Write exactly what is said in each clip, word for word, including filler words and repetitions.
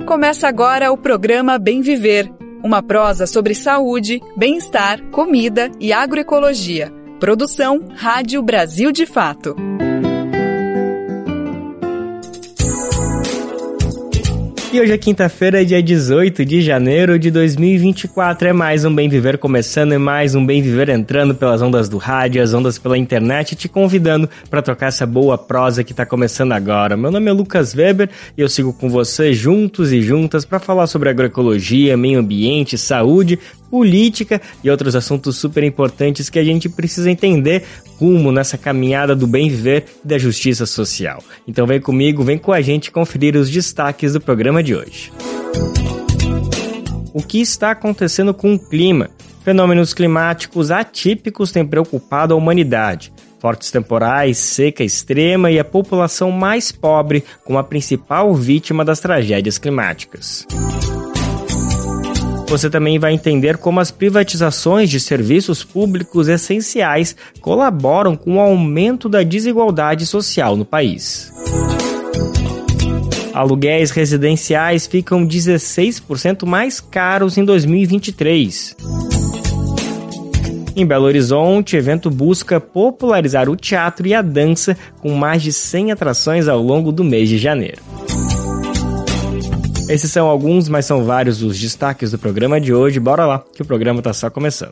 Começa agora o programa Bem Viver, uma prosa sobre saúde, bem-estar, comida e agroecologia. Produção Rádio Brasil de Fato. E hoje é quinta-feira, dia dezoito de janeiro de dois mil e vinte e quatro. É mais um Bem Viver começando, é mais um Bem Viver entrando pelas ondas do rádio, as ondas pela internet, te convidando para trocar essa boa prosa que está começando agora. Meu nome é Lucas Weber e eu sigo com você juntos e juntas para falar sobre agroecologia, meio ambiente, saúde, política e outros assuntos super importantes que a gente precisa entender rumo nessa caminhada do bem viver e da justiça social. Então vem comigo, vem com a gente conferir os destaques do programa de hoje. O que está acontecendo com o clima? Fenômenos climáticos atípicos têm preocupado a humanidade. Fortes temporais, seca extrema e a população mais pobre como a principal vítima das tragédias climáticas. Você também vai entender como as privatizações de serviços públicos essenciais colaboram com o aumento da desigualdade social no país. Aluguéis residenciais ficam dezesseis por cento mais caros em dois mil e vinte e três. Em Belo Horizonte, o evento busca popularizar o teatro e a dança com mais de cem atrações ao longo do mês de janeiro. Esses são alguns, mas são vários os destaques do programa de hoje. Bora lá, que o programa está só começando.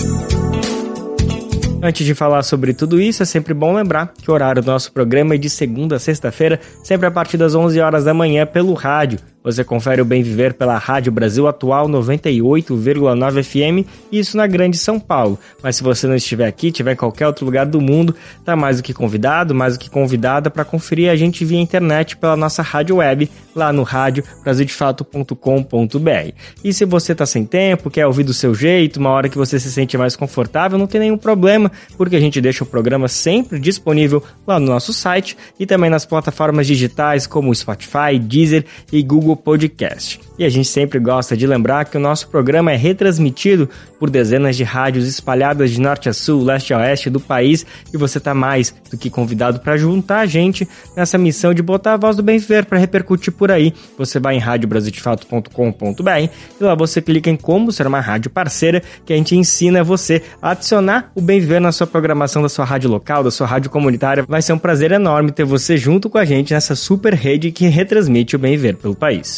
Antes de falar sobre tudo isso, é sempre bom lembrar que o horário do nosso programa é de segunda a sexta-feira, sempre a partir das onze horas da manhã pelo rádio. Você confere o Bem Viver pela Rádio Brasil Atual noventa e oito vírgula nove F M, isso na Grande São Paulo. Mas se você não estiver aqui, estiver em qualquer outro lugar do mundo, tá mais do que convidado, mais do que convidada para conferir a gente via internet pela nossa rádio web, lá no rádio brasil de fato ponto com ponto b r. E se você tá sem tempo, quer ouvir do seu jeito, uma hora que você se sente mais confortável, não tem nenhum problema, porque a gente deixa o programa sempre disponível lá no nosso site e também nas plataformas digitais como Spotify, Deezer e Google Podcast. E a gente sempre gosta de lembrar que o nosso programa é retransmitido por dezenas de rádios espalhadas de norte a sul, leste a oeste do país, e você está mais do que convidado para juntar a gente nessa missão de botar a voz do bem viver para repercutir por aí. Você vai em rádio brasil de fato ponto com ponto b r e lá você clica em como ser uma rádio parceira, que a gente ensina você a adicionar o bem viver na sua programação da sua rádio local, da sua rádio comunitária. Vai ser um prazer enorme ter você junto com a gente nessa super rede que retransmite o bem viver pelo país.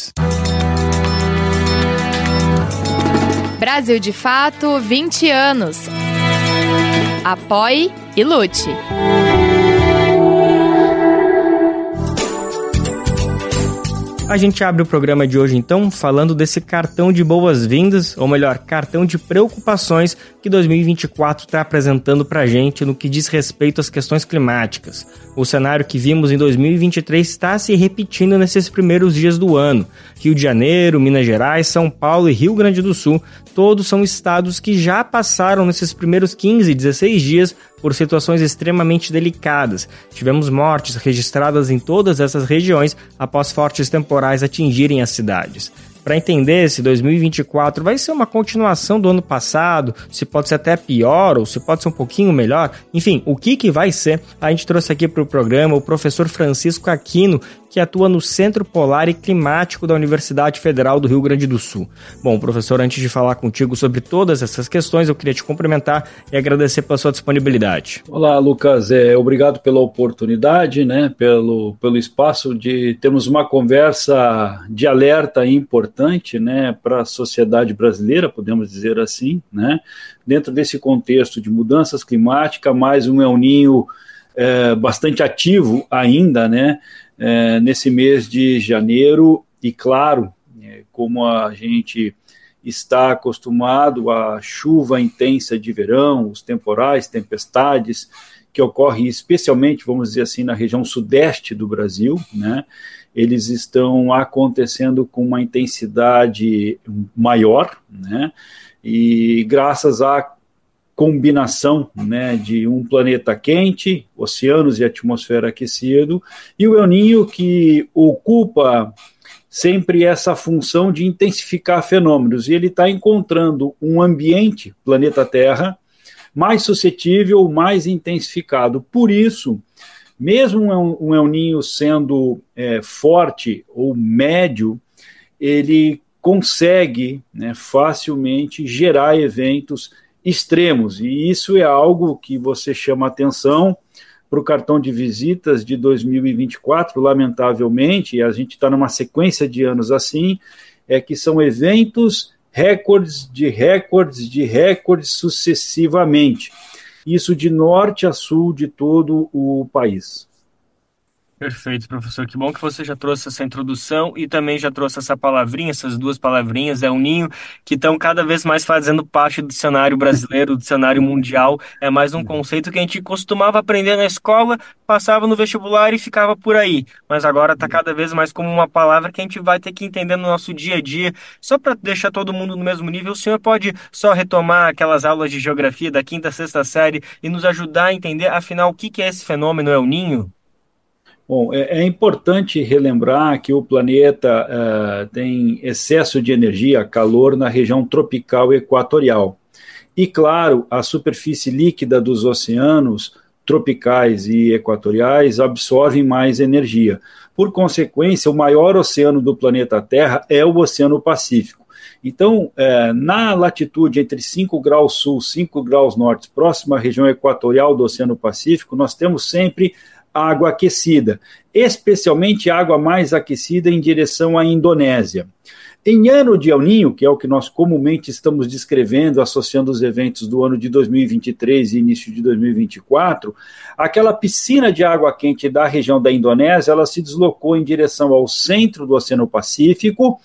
Brasil de Fato, vinte anos. Apoie e lute. A gente abre o programa de hoje, então, falando desse cartão de boas-vindas, ou melhor, cartão de preocupações que dois mil e vinte e quatro está apresentando para a gente no que diz respeito às questões climáticas. O cenário que vimos em dois mil e vinte e três está se repetindo nesses primeiros dias do ano. Rio de Janeiro, Minas Gerais, São Paulo e Rio Grande do Sul, todos são estados que já passaram nesses primeiros quinze, dezesseis dias por situações extremamente delicadas. Tivemos mortes registradas em todas essas regiões após fortes temporais atingirem as cidades. Para entender se dois mil e vinte e quatro vai ser uma continuação do ano passado, se pode ser até pior ou se pode ser um pouquinho melhor, enfim, o que, que vai ser, a gente trouxe aqui para o programa o professor Francisco Aquino, que atua no Centro Polar e Climático da Universidade Federal do Rio Grande do Sul. Bom, professor, antes de falar contigo sobre todas essas questões, eu queria te cumprimentar e agradecer pela sua disponibilidade. Olá, Lucas, é, obrigado pela oportunidade, né, pelo, pelo espaço de termos uma conversa de alerta importante, né, para a sociedade brasileira, podemos dizer assim, né, dentro desse contexto de mudanças climáticas, mais um El Niño é, bastante ativo ainda, né, É, nesse mês de janeiro, e claro, é, como a gente está acostumado à chuva intensa de verão, os temporais, tempestades, que ocorrem especialmente, vamos dizer assim, na região sudeste do Brasil, né, eles estão acontecendo com uma intensidade maior, né, e graças a combinação, né, de um planeta quente, oceanos e atmosfera aquecido, e o El Niño que ocupa sempre essa função de intensificar fenômenos, e ele está encontrando um ambiente, planeta Terra, mais suscetível, mais intensificado. Por isso, mesmo um El Niño sendo é, forte ou médio, ele consegue, né, facilmente gerar eventos extremos, e isso é algo que você chama atenção para o cartão de visitas de dois mil e vinte e quatro, lamentavelmente, e a gente está numa sequência de anos assim, é que são eventos recordes de recordes de recordes sucessivamente, isso de norte a sul de todo o país. Perfeito, professor. Que bom que você já trouxe essa introdução e também já trouxe essa palavrinha, essas duas palavrinhas, é um ninho, que estão cada vez mais fazendo parte do cenário brasileiro, do cenário mundial. É mais um conceito que a gente costumava aprender na escola, passava no vestibular e ficava por aí. Mas agora está cada vez mais como uma palavra que a gente vai ter que entender no nosso dia a dia. Só para deixar todo mundo no mesmo nível, o senhor pode só retomar aquelas aulas de geografia da quinta, sexta série e nos ajudar a entender, afinal, o que que é esse fenômeno El Niño? Bom, é, é importante relembrar que o planeta uh, tem excesso de energia, calor, na região tropical e equatorial. E, claro, a superfície líquida dos oceanos tropicais e equatoriais absorvem mais energia. Por consequência, o maior oceano do planeta Terra é o Oceano Pacífico. Então, eh, na latitude entre cinco graus sul e cinco graus norte, próxima à região equatorial do Oceano Pacífico, nós temos sempre água aquecida, especialmente água mais aquecida em direção à Indonésia. Em ano de El Niño, que é o que nós comumente estamos descrevendo, associando os eventos do ano de dois mil e vinte e três e início de dois mil e vinte e quatro, aquela piscina de água quente da região da Indonésia, ela se deslocou em direção ao centro do Oceano Pacífico,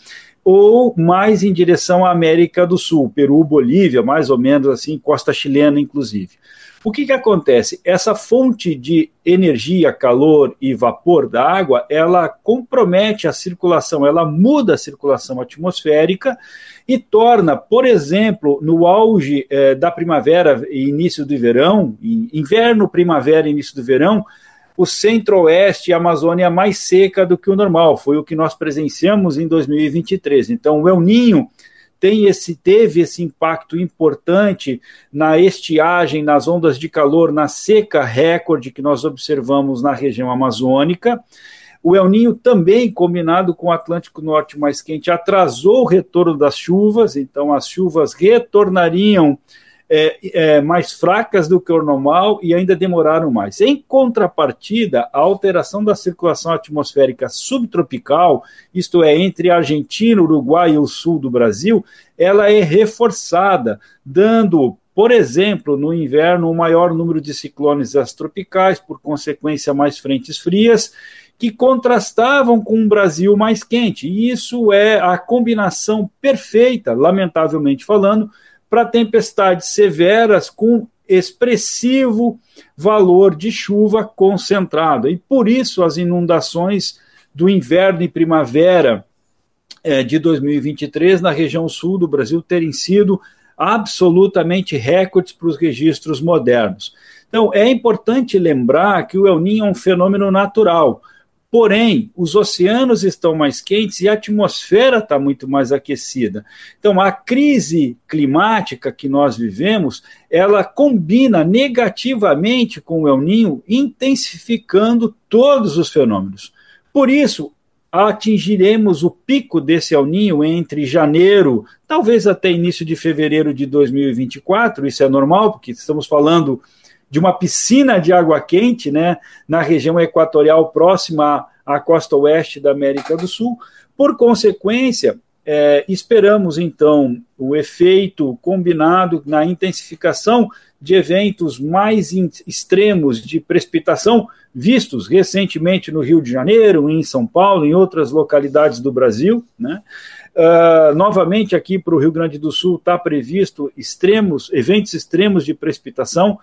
ou mais em direção à América do Sul, Peru, Bolívia, mais ou menos assim, costa chilena, inclusive. O que que acontece? Essa fonte de energia, calor e vapor da água, ela compromete a circulação, ela muda a circulação atmosférica e torna, por exemplo, no auge eh, da primavera e início do verão, inverno, primavera e início do verão, o centro-oeste e a Amazônia mais seca do que o normal. Foi o que nós presenciamos em dois mil e vinte e três. Então, o El Niño tem esse, teve esse impacto importante na estiagem, nas ondas de calor, na seca recorde que nós observamos na região amazônica. O El Niño também, combinado com o Atlântico Norte mais quente, atrasou o retorno das chuvas, então as chuvas retornariam É, é, mais fracas do que o normal e ainda demoraram mais. Em contrapartida, a alteração da circulação atmosférica subtropical, isto é, entre a Argentina, o Uruguai e o sul do Brasil, ela é reforçada, dando, por exemplo, no inverno, um maior número de ciclones extratropicais, por consequência, mais frentes frias, que contrastavam com um Brasil mais quente. E isso é a combinação perfeita, lamentavelmente falando, para tempestades severas com expressivo valor de chuva concentrado. E por isso as inundações do inverno e primavera eh, de dois mil e vinte e três na região sul do Brasil terem sido absolutamente recordes para os registros modernos. Então, é importante lembrar que o El Niño é um fenômeno natural. Porém, os oceanos estão mais quentes e a atmosfera está muito mais aquecida. Então, a crise climática que nós vivemos, ela combina negativamente com o El Niño, intensificando todos os fenômenos. Por isso, atingiremos o pico desse El Niño entre janeiro, talvez até início de fevereiro de dois mil e vinte e quatro, isso é normal, porque estamos falando de uma piscina de água quente, né, na região equatorial próxima à costa oeste da América do Sul. Por consequência, é, esperamos, então, o efeito combinado na intensificação de eventos mais in- extremos de precipitação, vistos recentemente no Rio de Janeiro, em São Paulo, em outras localidades do Brasil, né? Uh, novamente aqui para o Rio Grande do Sul está previsto extremos, eventos extremos de precipitação,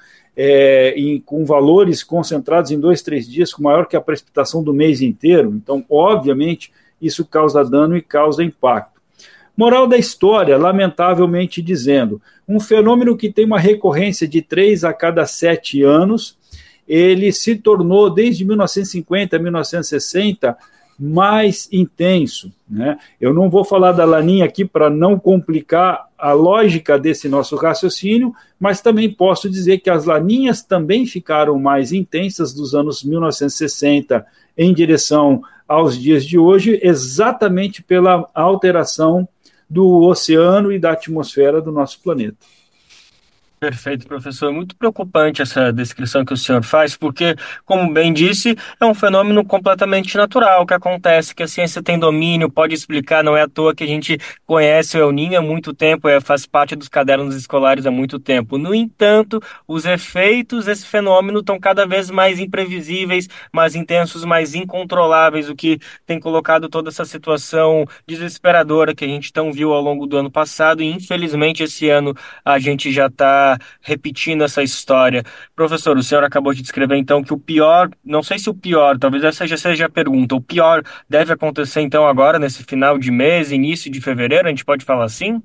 é, em, com valores concentrados em dois, três dias, maior que a precipitação do mês inteiro. Então, obviamente, isso causa dano e causa impacto. Moral da história, lamentavelmente dizendo, um fenômeno que tem uma recorrência de três a cada sete anos, ele se tornou, desde mil novecentos e cinquenta a mil novecentos e sessenta, mais intenso, né? Eu não vou falar da laninha aqui para não complicar a lógica desse nosso raciocínio, mas também posso dizer que as laninhas também ficaram mais intensas dos anos mil novecentos e sessenta em direção aos dias de hoje, exatamente pela alteração do oceano e da atmosfera do nosso planeta. Perfeito, professor. É muito preocupante essa descrição que o senhor faz, porque, como bem disse, é um fenômeno completamente natural que acontece, que a ciência tem domínio, pode explicar, não é à toa que a gente conhece o El Niño há muito tempo, é, faz parte dos cadernos escolares há muito tempo. No entanto, os efeitos desse fenômeno estão cada vez mais imprevisíveis, mais intensos, mais incontroláveis, o que tem colocado toda essa situação desesperadora que a gente tão viu ao longo do ano passado, e infelizmente esse ano a gente já está repetindo essa história. Professor, o senhor acabou de descrever então que o pior, não sei se o pior, talvez essa já seja a pergunta, o pior deve acontecer então agora, nesse final de mês, início de fevereiro, a gente pode falar assim?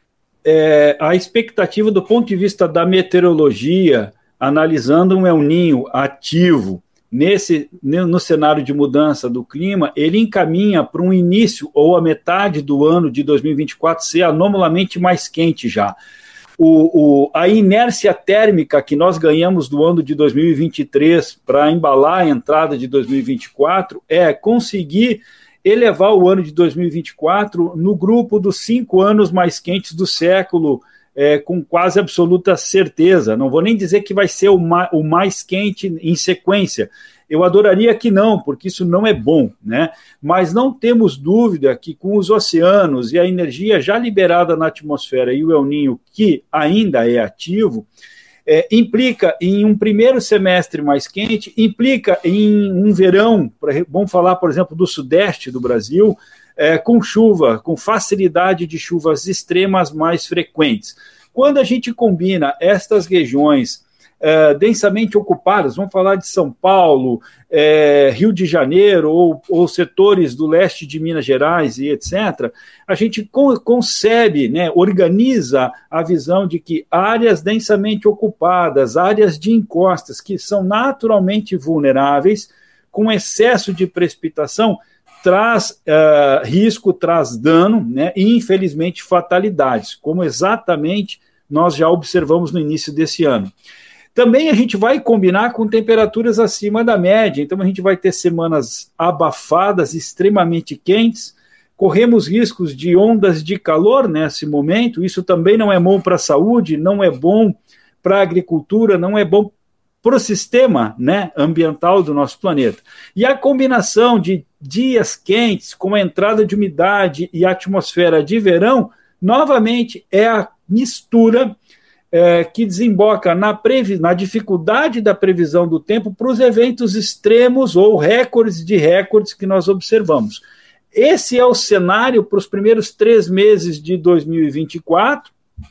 É, a expectativa do ponto de vista da meteorologia, analisando um El Niño ativo, nesse, no cenário de mudança do clima, ele encaminha para um início ou a metade do ano de dois mil e vinte e quatro ser anormalmente mais quente já. O, o, a inércia térmica que nós ganhamos do ano de dois mil e vinte e três para embalar a entrada de dois mil e vinte e quatro é conseguir elevar o ano de dois mil e vinte e quatro no grupo dos cinco anos mais quentes do século, é, com quase absoluta certeza. Não vou nem dizer que vai ser o, ma, o mais quente em sequência. Eu adoraria que não, porque isso não é bom, né? Mas não temos dúvida que com os oceanos e a energia já liberada na atmosfera e o El Niño, que ainda é ativo, é, implica em um primeiro semestre mais quente, implica em um verão, vamos falar, por exemplo, do sudeste do Brasil, é, com chuva, com facilidade de chuvas extremas mais frequentes. Quando a gente combina estas regiões Uh, densamente ocupadas, vamos falar de São Paulo, é, Rio de Janeiro, ou, ou setores do leste de Minas Gerais e etcétera, a gente con- concebe, né, organiza a visão de que áreas densamente ocupadas, áreas de encostas, que são naturalmente vulneráveis, com excesso de precipitação, traz uh, risco, traz dano, né, e infelizmente fatalidades, como exatamente nós já observamos no início desse ano. Também a gente vai combinar com temperaturas acima da média, então a gente vai ter semanas abafadas, extremamente quentes, corremos riscos de ondas de calor nesse momento, isso também não é bom para a saúde, não é bom para a agricultura, não é bom para o sistema, né, ambiental do nosso planeta. E a combinação de dias quentes com a entrada de umidade e atmosfera de verão, novamente é a mistura É, que desemboca na, previ- na dificuldade da previsão do tempo para os eventos extremos ou recordes de recordes que nós observamos. Esse é o cenário para os primeiros três meses de dois mil e vinte e quatro,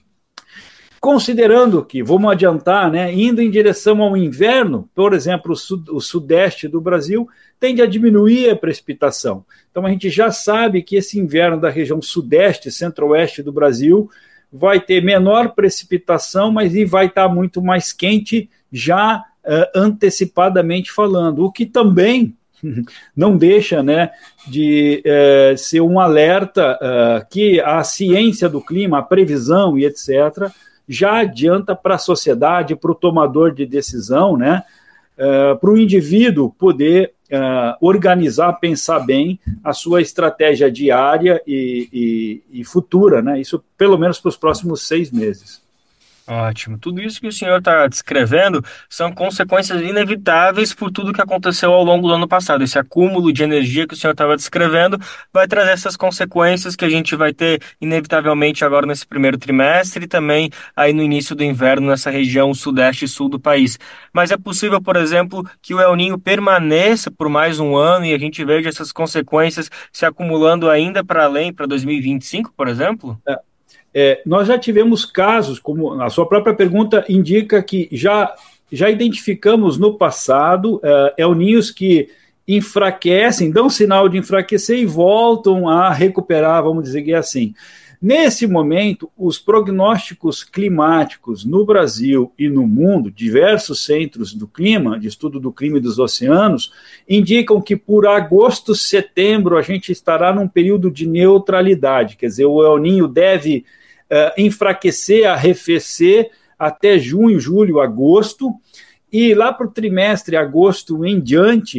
considerando que, vamos adiantar, né, indo em direção ao inverno, por exemplo, o, sud- o sudeste do Brasil tende a diminuir a precipitação. Então a gente já sabe que esse inverno da região sudeste, centro-oeste do Brasil vai ter menor precipitação, mas e vai estar muito mais quente já uh, antecipadamente falando, o que também não deixa, né, de uh, ser um alerta uh, que a ciência do clima, a previsão e etcétera, já adianta para a sociedade, para o tomador de decisão, né, uh, para o indivíduo poder Uh, organizar, pensar bem a sua estratégia diária e, e, e futura, né? Isso pelo menos para os próximos seis meses. Ótimo. Tudo isso que o senhor está descrevendo são consequências inevitáveis por tudo que aconteceu ao longo do ano passado. Esse acúmulo de energia que o senhor estava descrevendo vai trazer essas consequências que a gente vai ter inevitavelmente agora nesse primeiro trimestre e também aí no início do inverno nessa região sudeste e sul do país. Mas é possível, por exemplo, que o El Niño permaneça por mais um ano e a gente veja essas consequências se acumulando ainda para além, para dois mil e vinte e cinco, por exemplo? É. É, nós já tivemos casos, como a sua própria pergunta indica, que já, já identificamos no passado uh, El Niños que enfraquecem, dão sinal de enfraquecer e voltam a recuperar, vamos dizer que é assim. Nesse momento, os prognósticos climáticos no Brasil e no mundo, diversos centros do clima, de estudo do clima e dos oceanos, indicam que por agosto, setembro, a gente estará num período de neutralidade, quer dizer, o El Niño deve Uh, enfraquecer, arrefecer até junho, julho, agosto, e lá para o trimestre agosto em diante,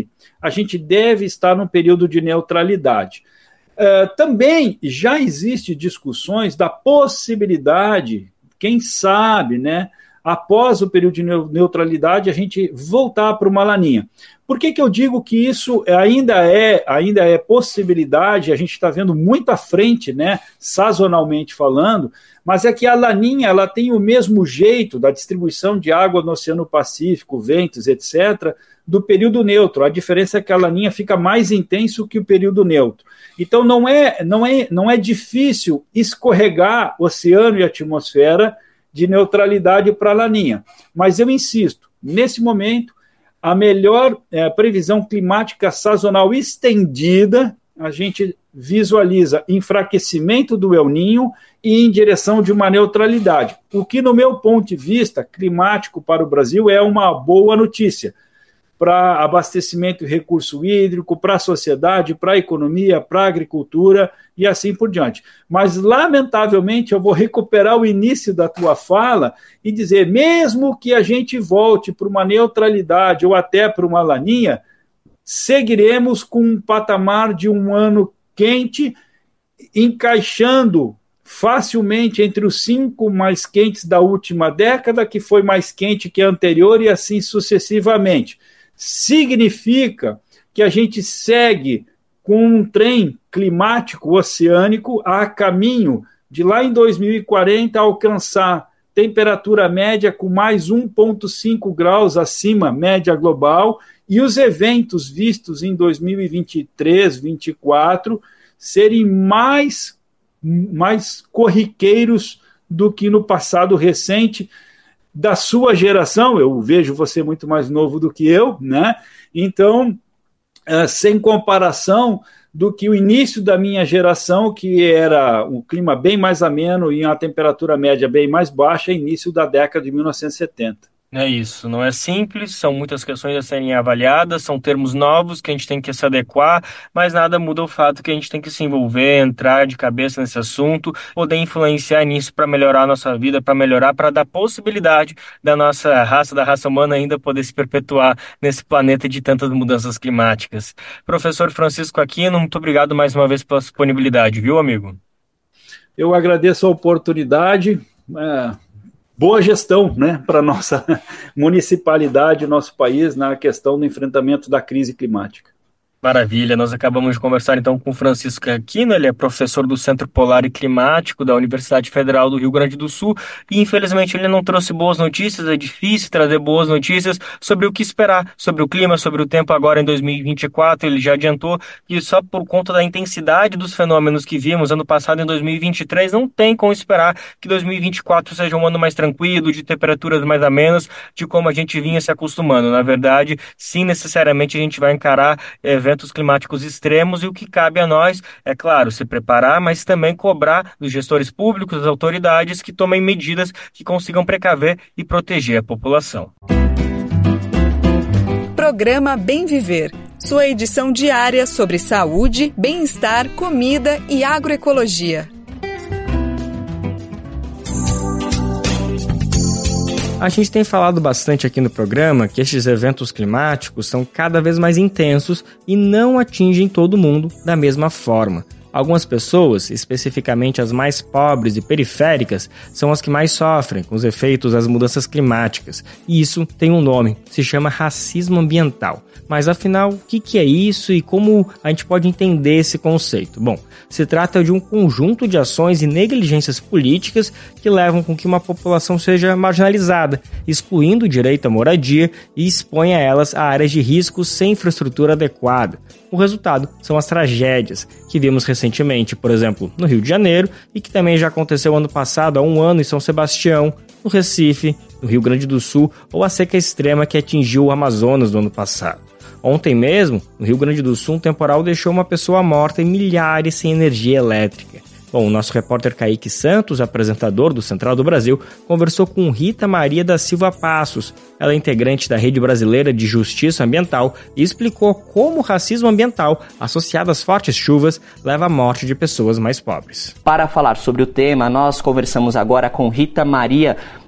a gente deve estar num período de neutralidade. Uh, também já existem discussões da possibilidade, quem sabe, né, após o período de neutralidade, a gente voltar para uma laninha. Por que que eu digo que isso ainda é, ainda é possibilidade? A gente está vendo muito à frente, né, sazonalmente falando, mas é que a laninha ela tem o mesmo jeito da distribuição de água no Oceano Pacífico, ventos, etcétera, do período neutro. A diferença é que a laninha fica mais intenso que o período neutro. Então não é, não é, não é difícil escorregar oceano e atmosfera de neutralidade para a laninha. Mas eu insisto, nesse momento, a melhor é, previsão climática sazonal estendida, a gente visualiza enfraquecimento do El Niño e em direção de uma neutralidade. O que, no meu ponto de vista, climático para o Brasil é uma boa notícia para abastecimento e recurso hídrico, para a sociedade, para a economia, para a agricultura e assim por diante. Mas, lamentavelmente, eu vou recuperar o início da tua fala e dizer, mesmo que a gente volte para uma neutralidade ou até para uma laninha, seguiremos com um patamar de um ano quente, encaixando facilmente entre os cinco mais quentes da última década, que foi mais quente que a anterior e assim sucessivamente. Significa que a gente segue com um trem climático oceânico a caminho de lá em dois mil e quarenta alcançar temperatura média com mais um vírgula cinco graus acima média global e os eventos vistos em dois mil e vinte e três, vinte e quatro serem mais, mais corriqueiros do que no passado recente, da sua geração. Eu vejo você muito mais novo do que eu, né? Então, uh, sem comparação do que o início da minha geração, que era um clima bem mais ameno e uma temperatura média bem mais baixa, início da década de mil novecentos e setenta. É isso, não é simples, são muitas questões a serem avaliadas, são termos novos que a gente tem que se adequar, mas nada muda o fato que a gente tem que se envolver, entrar de cabeça nesse assunto, poder influenciar nisso para melhorar a nossa vida, para melhorar, para dar possibilidade da nossa raça, da raça humana ainda poder se perpetuar nesse planeta de tantas mudanças climáticas. Professor Francisco Aquino, muito obrigado mais uma vez pela disponibilidade, viu, amigo? Eu agradeço a oportunidade, é... boa gestão, né, para a nossa municipalidade, nosso país, na questão do enfrentamento da crise climática. Maravilha, nós acabamos de conversar então com o Francisco Aquino, ele é professor do Centro Polar e Climático da Universidade Federal do Rio Grande do Sul e infelizmente ele não trouxe boas notícias, é difícil trazer boas notícias sobre o que esperar, sobre o clima, sobre o tempo agora em dois mil e vinte e quatro, ele já adiantou que só por conta da intensidade dos fenômenos que vimos ano passado em dois mil e vinte e três, não tem como esperar que dois mil e vinte e quatro seja um ano mais tranquilo, de temperaturas mais amenas, de como a gente vinha se acostumando. Na verdade, sim, necessariamente a gente vai encarar eventos climáticos extremos e o que cabe a nós é, claro, se preparar, mas também cobrar dos gestores públicos, das autoridades que tomem medidas que consigam precaver e proteger a população. Programa Bem Viver, sua edição diária sobre saúde, bem-estar, comida e agroecologia. A gente tem falado bastante aqui no programa que estes eventos climáticos são cada vez mais intensos e não atingem todo mundo da mesma forma. Algumas pessoas, especificamente as mais pobres e periféricas, são as que mais sofrem com os efeitos das mudanças climáticas. E isso tem um nome, se chama racismo ambiental. Mas afinal, o que é isso e como a gente pode entender esse conceito? Bom, se trata de um conjunto de ações e negligências políticas que levam com que uma população seja marginalizada, excluindo o direito à moradia e expõe a elas a áreas de risco sem infraestrutura adequada. O resultado são as tragédias que vimos recentemente, por exemplo, no Rio de Janeiro e que também já aconteceu ano passado, há um ano, em São Sebastião, no Recife, no Rio Grande do Sul, ou a seca extrema que atingiu o Amazonas no ano passado. Ontem mesmo, no Rio Grande do Sul, um temporal deixou uma pessoa morta e milhares sem energia elétrica. Bom, o nosso repórter Kaique Santos, apresentador do Central do Brasil, conversou com Rita Maria da Silva Passos. Ela é integrante da Rede Brasileira de Justiça Ambiental e explicou como o racismo ambiental, associado às fortes chuvas, leva à morte de pessoas mais pobres. Para falar sobre o tema, nós conversamos agora com Rita Maria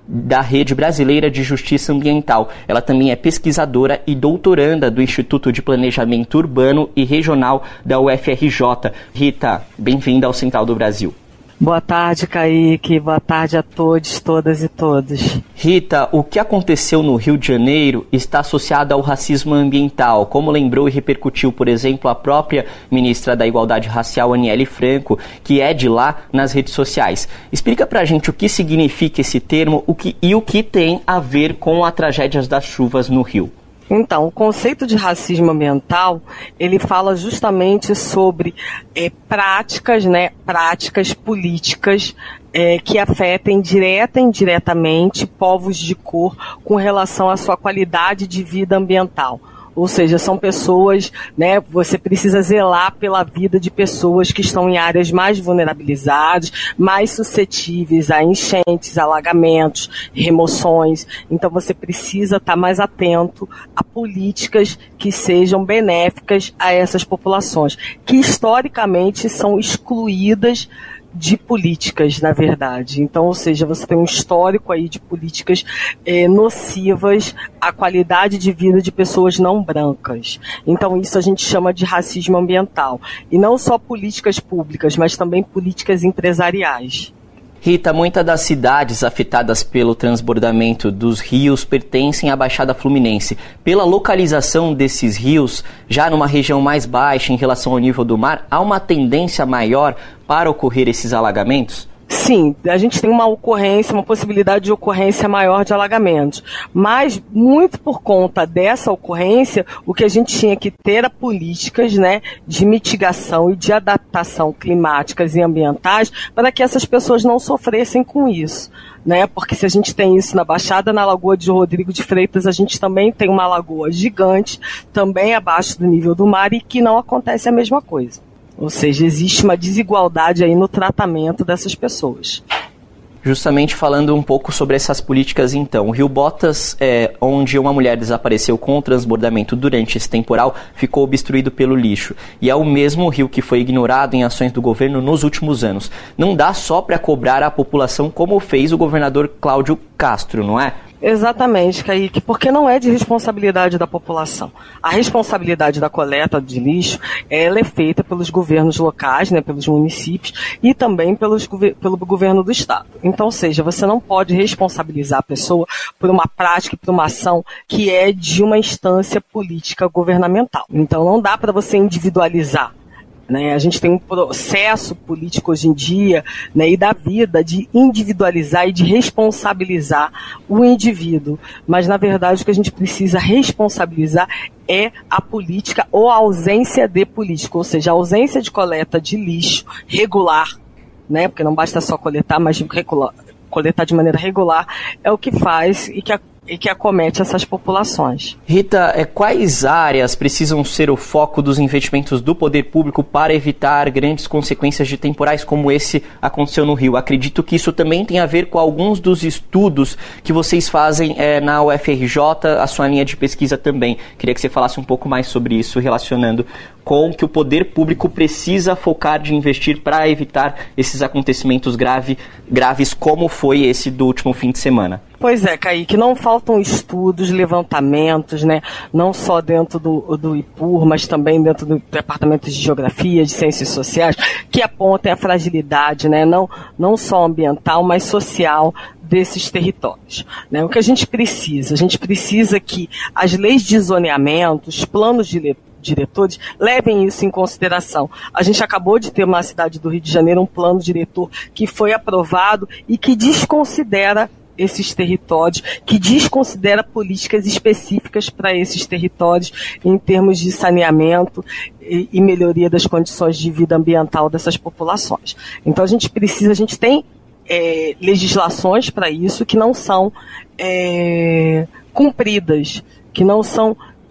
da Rede Brasileira de Justiça Ambiental. Ela também é pesquisadora e doutoranda do Instituto de Planejamento Urbano e Regional da U F R J. Rita, bem-vinda ao Central do Brasil. Boa tarde, Kaique. Boa tarde a todos, todas e todos. Rita, o que aconteceu no Rio de Janeiro está associado ao racismo ambiental, como lembrou e repercutiu, por exemplo, a própria ministra da Igualdade Racial, Aniele Franco, que é de lá, nas redes sociais. Explica pra gente o que significa esse termo o que, e o que tem a ver com as tragédias das chuvas no Rio. Então, o conceito de racismo ambiental, ele fala justamente sobre é, práticas, né, práticas políticas é, que afetem direta e indiretamente povos de cor com relação à sua qualidade de vida ambiental. Ou seja, são pessoas, né, você precisa zelar pela vida de pessoas que estão em áreas mais vulnerabilizadas, mais suscetíveis a enchentes, alagamentos, remoções. Então você precisa estar mais atento a políticas que sejam benéficas a essas populações, que historicamente são excluídas de políticas, na verdade. Então, ou seja, você tem um histórico aí de políticas eh, nocivas à qualidade de vida de pessoas não brancas. Então, isso a gente chama de racismo ambiental. E não só políticas públicas, mas também políticas empresariais. Rita, muitas das cidades afetadas pelo transbordamento dos rios pertencem à Baixada Fluminense. Pela localização desses rios, já numa região mais baixa em relação ao nível do mar, há uma tendência maior para ocorrer esses alagamentos? Sim, a gente tem uma ocorrência, uma possibilidade de ocorrência maior de alagamentos. Mas, muito por conta dessa ocorrência, o que a gente tinha que ter era políticas, né, de mitigação e de adaptação climáticas e ambientais para que essas pessoas não sofressem com isso. Né? Porque se a gente tem isso na Baixada, na Lagoa de Rodrigo de Freitas, a gente também tem uma lagoa gigante, também abaixo do nível do mar, e que não acontece a mesma coisa. Ou seja, existe uma desigualdade aí no tratamento dessas pessoas. Justamente falando um pouco sobre essas políticas, então. O Rio Botas, é, onde uma mulher desapareceu com o transbordamento durante esse temporal, ficou obstruído pelo lixo. E é o mesmo rio que foi ignorado em ações do governo nos últimos anos. Não dá só para cobrar a população como fez o governador Cláudio Castro, não é? Exatamente, Kaique, porque não é de responsabilidade da população. A responsabilidade da coleta de lixo, ela é feita pelos governos locais, né, pelos municípios e também pelos, pelo governo do estado. Então, ou seja, você não pode responsabilizar a pessoa por uma prática e por uma ação que é de uma instância política governamental. Então, não dá para você individualizar. Né, a gente tem um processo político hoje em dia, né, e da vida de individualizar e de responsabilizar o indivíduo. Mas, na verdade, o que a gente precisa responsabilizar é a política ou a ausência de política, ou seja, a ausência de coleta de lixo regular, né, porque não basta só coletar, mas regular, coletar de maneira regular, é o que faz e que a e que acomete essas populações. Rita, é, quais áreas precisam ser o foco dos investimentos do poder público para evitar grandes consequências de temporais como esse aconteceu no Rio? Acredito que isso também tem a ver com alguns dos estudos que vocês fazem é, na U F R J, a sua linha de pesquisa também. Queria que você falasse um pouco mais sobre isso, relacionando com o que o poder público precisa focar de investir para evitar esses acontecimentos grave, graves como foi esse do último fim de semana. Pois é, Kaique, não faltam estudos, levantamentos, né? Não só dentro do, do I P U R, mas também dentro do Departamento de Geografia, de Ciências Sociais, que apontem a fragilidade, né? Não, não só ambiental, mas social desses territórios. Né? O que a gente precisa? A gente precisa que as leis de zoneamento, os planos de diretores, levem isso em consideração. A gente acabou de ter na cidade do Rio de Janeiro um plano diretor que foi aprovado e que desconsidera esses territórios, que desconsidera políticas específicas para esses territórios em termos de saneamento e, e melhoria das condições de vida ambiental dessas populações. Então a gente precisa, a gente tem é, legislações para isso que não são é, cumpridas, que não são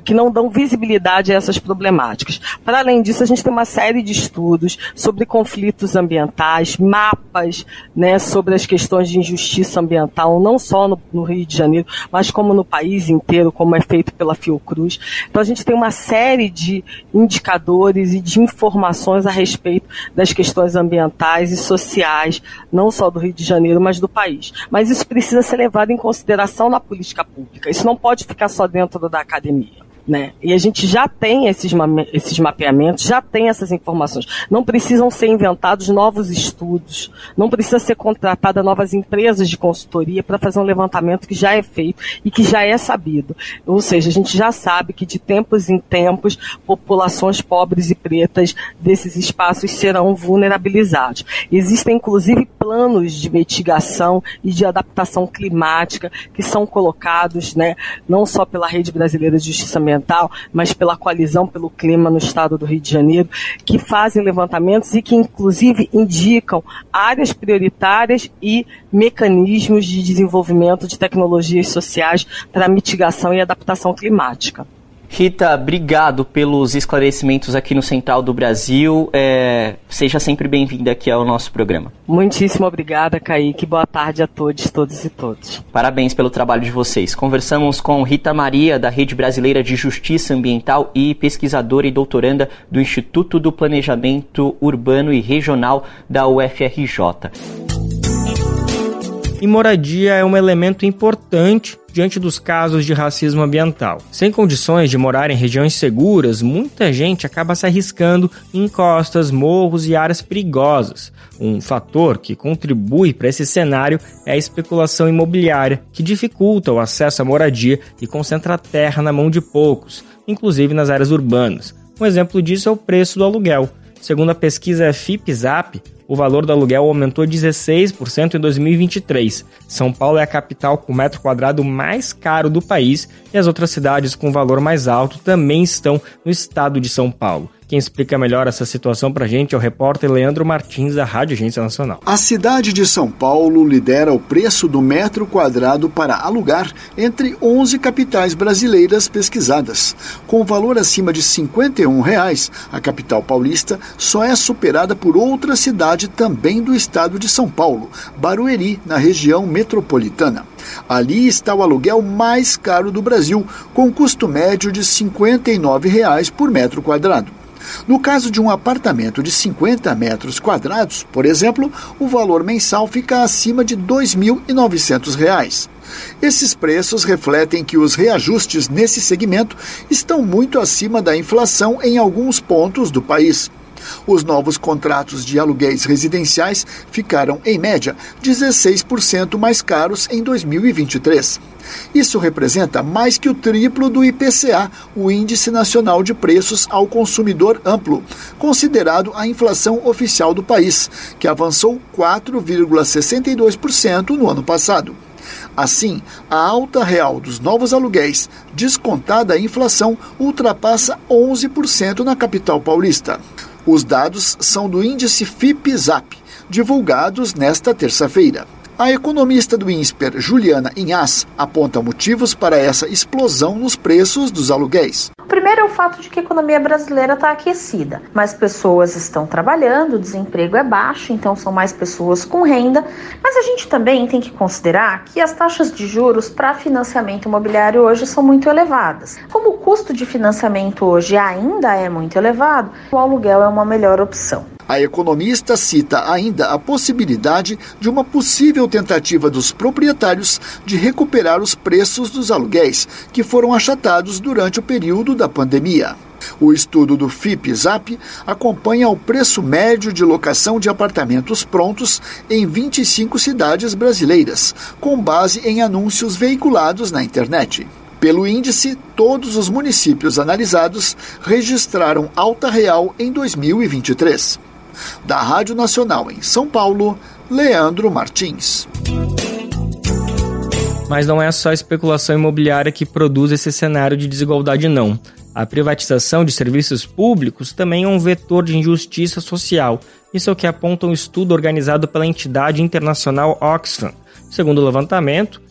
que não dão visibilidade a essas problemáticas. Para além disso, a gente tem uma série de estudos sobre conflitos ambientais, mapas, né, sobre as questões de injustiça ambiental, não só no, no Rio de Janeiro, mas como no país inteiro, como é feito pela Fiocruz. Então a gente tem uma série de indicadores e de informações a respeito das questões ambientais e sociais, não só do Rio de Janeiro, mas do país. Mas isso precisa ser levado em consideração na política pública. Isso não pode ficar só dentro da academia, né? E a gente já tem esses, ma- esses mapeamentos, já tem essas informações. Não precisam ser inventados novos estudos, não precisa ser contratada novas empresas de consultoria para fazer um levantamento que já é feito e que já é sabido. Ou seja, a gente já sabe que de tempos em tempos, populações pobres e pretas desses espaços serão vulnerabilizados. Existem, inclusive, planos de mitigação e de adaptação climática que são colocados, né, não só pela Rede Brasileira de Justiça Ambiental, mas pela Coalizão pelo Clima no estado do Rio de Janeiro, que fazem levantamentos e que, inclusive, indicam áreas prioritárias e mecanismos de desenvolvimento de tecnologias sociais para mitigação e adaptação climática. Rita, obrigado pelos esclarecimentos aqui no Central do Brasil. É, seja sempre bem-vinda aqui ao nosso programa. Muitíssimo obrigada, Kaique. Boa tarde a todos, todos e todos. Parabéns pelo trabalho de vocês. Conversamos com Rita Maria, da Rede Brasileira de Justiça Ambiental e pesquisadora e doutoranda do Instituto do Planejamento Urbano e Regional da U F R J. E moradia é um elemento importante diante dos casos de racismo ambiental. Sem condições de morar em regiões seguras, muita gente acaba se arriscando em encostas, morros e áreas perigosas. Um fator que contribui para esse cenário é a especulação imobiliária, que dificulta o acesso à moradia e concentra a terra na mão de poucos, inclusive nas áreas urbanas. Um exemplo disso é o preço do aluguel. Segundo a pesquisa FIPE-ZAP, o valor do aluguel aumentou dezesseis por cento em dois mil e vinte e três. São Paulo é a capital com o metro quadrado mais caro do país e as outras cidades com valor mais alto também estão no estado de São Paulo. Quem explica melhor essa situação pra gente é o repórter Leandro Martins, da Rádio Agência Nacional. A cidade de São Paulo lidera o preço do metro quadrado para alugar entre onze capitais brasileiras pesquisadas. Com valor acima de cinquenta e um reais, a capital paulista só é superada por outra cidade também do estado de São Paulo, Barueri, na região metropolitana. Ali está o aluguel mais caro do Brasil, com custo médio de cinquenta e nove reais por metro quadrado. No caso de um apartamento de cinquenta metros quadrados, por exemplo, o valor mensal fica acima de dois mil e novecentos reais. Esses preços refletem que os reajustes nesse segmento estão muito acima da inflação em alguns pontos do país. Os novos contratos de aluguéis residenciais ficaram, em média, dezesseis por cento mais caros em dois mil e vinte e três. Isso representa mais que o triplo do I P C A, o Índice Nacional de Preços ao Consumidor Amplo, considerado a inflação oficial do país, que avançou quatro vírgula sessenta e dois por cento no ano passado. Assim, a alta real dos novos aluguéis, descontada a inflação, ultrapassa onze por cento na capital paulista. Os dados são do índice FIPE-ZAP, divulgados nesta terça-feira. A economista do INSPER, Juliana Inhas, aponta motivos para essa explosão nos preços dos aluguéis. O primeiro é o fato de que a economia brasileira está aquecida. Mais pessoas estão trabalhando, o desemprego é baixo, então são mais pessoas com renda. Mas a gente também tem que considerar que as taxas de juros para financiamento imobiliário hoje são muito elevadas. Como o custo de financiamento hoje ainda é muito elevado, o aluguel é uma melhor opção. A economista cita ainda a possibilidade de uma possível tentativa dos proprietários de recuperar os preços dos aluguéis, que foram achatados durante o período da pandemia. O estudo do FIPE-ZAP acompanha o preço médio de locação de apartamentos prontos em vinte e cinco cidades brasileiras, com base em anúncios veiculados na internet. Pelo índice, todos os municípios analisados registraram alta real em dois mil e vinte e três. Da Rádio Nacional em São Paulo, Leandro Martins. Mas não é só a especulação imobiliária que produz esse cenário de desigualdade, não. A privatização de serviços públicos também é um vetor de injustiça social. Isso é o que aponta um estudo organizado pela entidade internacional Oxfam. Segundo o levantamento,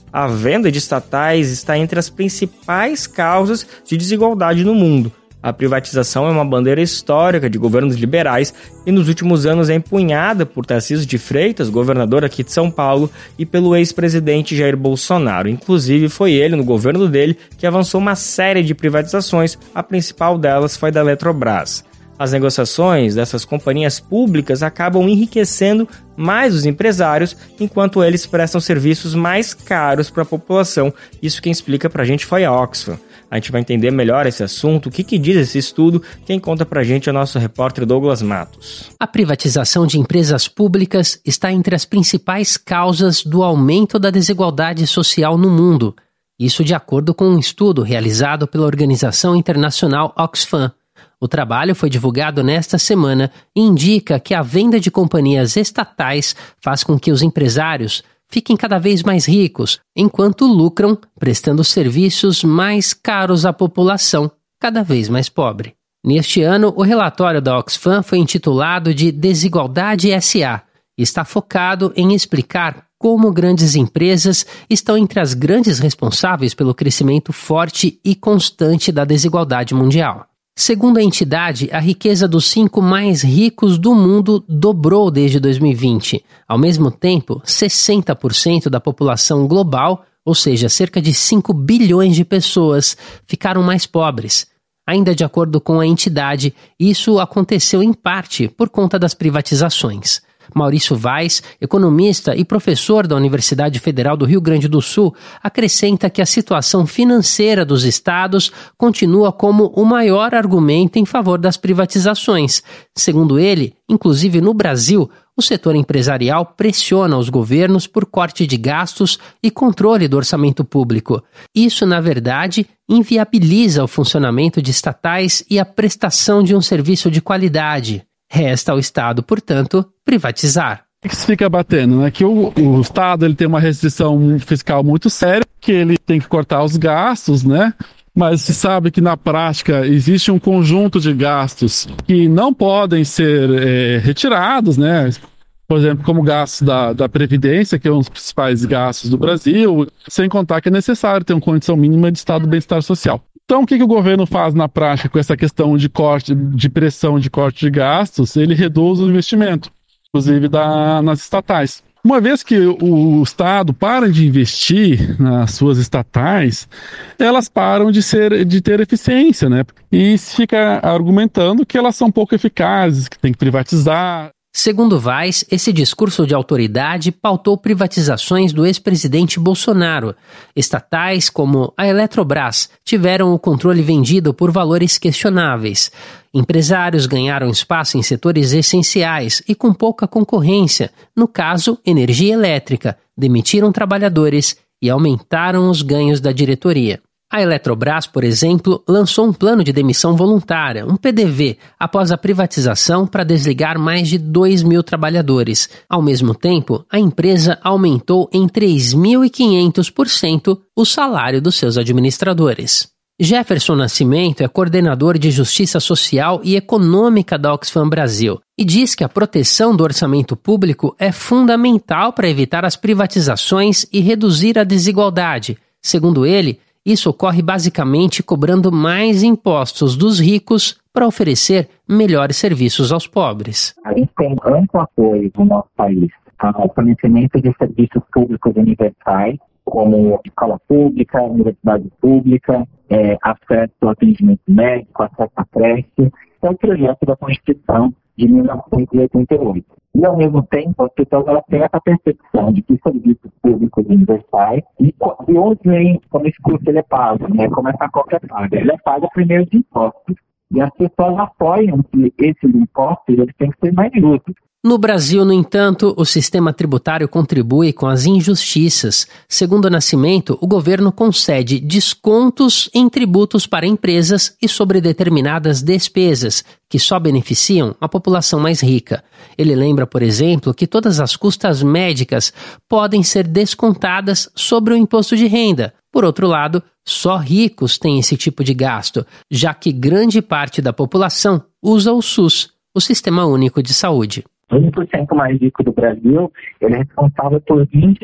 A venda de estatais está entre as principais causas de desigualdade no mundo. A privatização é uma bandeira histórica de governos liberais e nos últimos anos é empunhada por Tarcísio de Freitas, governador aqui de São Paulo, e pelo ex-presidente Jair Bolsonaro. Inclusive, foi ele, no governo dele, que avançou uma série de privatizações, a principal delas foi da Eletrobras. As negociações dessas companhias públicas acabam enriquecendo mais os empresários, enquanto eles prestam serviços mais caros para a população. Isso quem explica para a gente foi a Oxfam. A gente vai entender melhor esse assunto, o que, que diz esse estudo. Quem conta pra gente é o nosso repórter Douglas Matos. A privatização de empresas públicas está entre as principais causas do aumento da desigualdade social no mundo. Isso de acordo com um estudo realizado pela organização internacional Oxfam. O trabalho foi divulgado nesta semana e indica que a venda de companhias estatais faz com que os empresários fiquem cada vez mais ricos, enquanto lucram prestando serviços mais caros à população, cada vez mais pobre. Neste ano, o relatório da Oxfam foi intitulado de Desigualdade S A e está focado em explicar como grandes empresas estão entre as grandes responsáveis pelo crescimento forte e constante da desigualdade mundial. Segundo a entidade, a riqueza dos cinco mais ricos do mundo dobrou desde dois mil e vinte. Ao mesmo tempo, sessenta por cento da população global, ou seja, cerca de cinco bilhões de pessoas, ficaram mais pobres. Ainda de acordo com a entidade, isso aconteceu em parte por conta das privatizações. Maurício Vaz, economista e professor da Universidade Federal do Rio Grande do Sul, acrescenta que a situação financeira dos estados continua como o maior argumento em favor das privatizações. Segundo ele, inclusive no Brasil, o setor empresarial pressiona os governos por corte de gastos e controle do orçamento público. Isso, na verdade, inviabiliza o funcionamento de estatais e a prestação de um serviço de qualidade. Resta ao Estado, portanto, privatizar. O que se fica batendo, né? Que o, o Estado ele tem uma restrição fiscal muito séria, que ele tem que cortar os gastos, né? Mas se sabe que na prática existe um conjunto de gastos que não podem ser é, retirados, né? Por exemplo, como o gasto da, da Previdência, que é um dos principais gastos do Brasil, sem contar que é necessário ter uma condição mínima de estado de bem-estar social. Então, o que, que o governo faz na prática com essa questão de corte, de pressão de corte de gastos? Ele reduz o investimento, inclusive da, nas estatais. Uma vez que o Estado para de investir nas suas estatais, elas param de, ser, de ter eficiência, né? E se fica argumentando que elas são pouco eficazes, que tem que privatizar. Segundo Vaz, esse discurso de autoridade pautou privatizações do ex-presidente Bolsonaro. Estatais como a Eletrobras tiveram o controle vendido por valores questionáveis. Empresários ganharam espaço em setores essenciais e com pouca concorrência, no caso, energia elétrica, demitiram trabalhadores e aumentaram os ganhos da diretoria. A Eletrobras, por exemplo, lançou um plano de demissão voluntária, um P D V, após a privatização para desligar mais de dois mil trabalhadores. Ao mesmo tempo, a empresa aumentou em três mil e quinhentos por cento o salário dos seus administradores. Jefferson Nascimento é coordenador de Justiça Social e Econômica da Oxfam Brasil e diz que a proteção do orçamento público é fundamental para evitar as privatizações e reduzir a desigualdade. Segundo ele, isso ocorre basicamente cobrando mais impostos dos ricos para oferecer melhores serviços aos pobres. A gente tem amplo apoio no nosso país ao fornecimento de serviços públicos universais, como escola pública, universidade pública, é, acesso ao atendimento médico, acesso à creche. É o projeto da Constituição de mil novecentos e oitenta e oito. E, ao mesmo tempo, as pessoas elas têm essa percepção de que serviços públicos universais, e, e onde vem, como esse custo ele é pago, né? Como essa qualquer paga, ele é pago primeiro de impostos. E as pessoas apoiam que esses impostos eles têm que ser mais justos. No Brasil, no entanto, o sistema tributário contribui com as injustiças. Segundo o Nascimento, o governo concede descontos em tributos para empresas e sobre determinadas despesas, que só beneficiam a população mais rica. Ele lembra, por exemplo, que todas as custas médicas podem ser descontadas sobre o imposto de renda. Por outro lado, só ricos têm esse tipo de gasto, já que grande parte da população usa o SUS, o Sistema Único de Saúde. um por cento mais rico do Brasil, ele é responsável por vinte e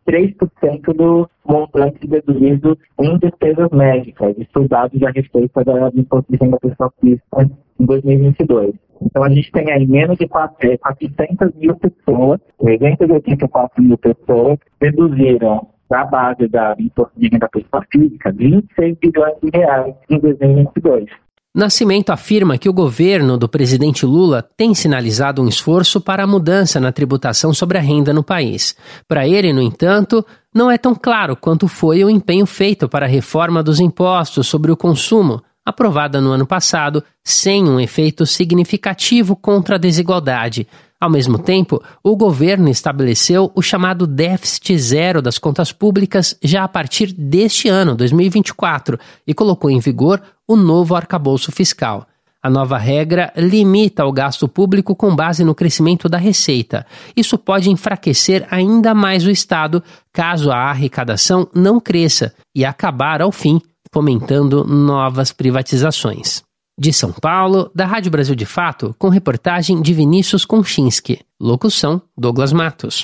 três por cento do montante deduzido em despesas médicas, estudados a respeito da do imposto de renda pessoal física em dois mil e vinte e dois. Então a gente tem aí menos de quatrocentas mil pessoas, trezentas e oitenta e quatro mil pessoas deduziram da base da imposto de renda pessoal física vinte e seis bilhões de reais em dois mil e vinte e dois. Nascimento afirma que o governo do presidente Lula tem sinalizado um esforço para a mudança na tributação sobre a renda no país. Para ele, no entanto, não é tão claro quanto foi o empenho feito para a reforma dos impostos sobre o consumo, aprovada no ano passado, sem um efeito significativo contra a desigualdade. Ao mesmo tempo, o governo estabeleceu o chamado déficit zero das contas públicas já a partir deste ano, dois mil e vinte e quatro, e colocou em vigor o novo arcabouço fiscal. A nova regra limita o gasto público com base no crescimento da receita. Isso pode enfraquecer ainda mais o Estado caso a arrecadação não cresça e acabar, ao fim, fomentando novas privatizações. De São Paulo, da Rádio Brasil de Fato, com reportagem de Vinícius Konchinski. Locução, Douglas Matos.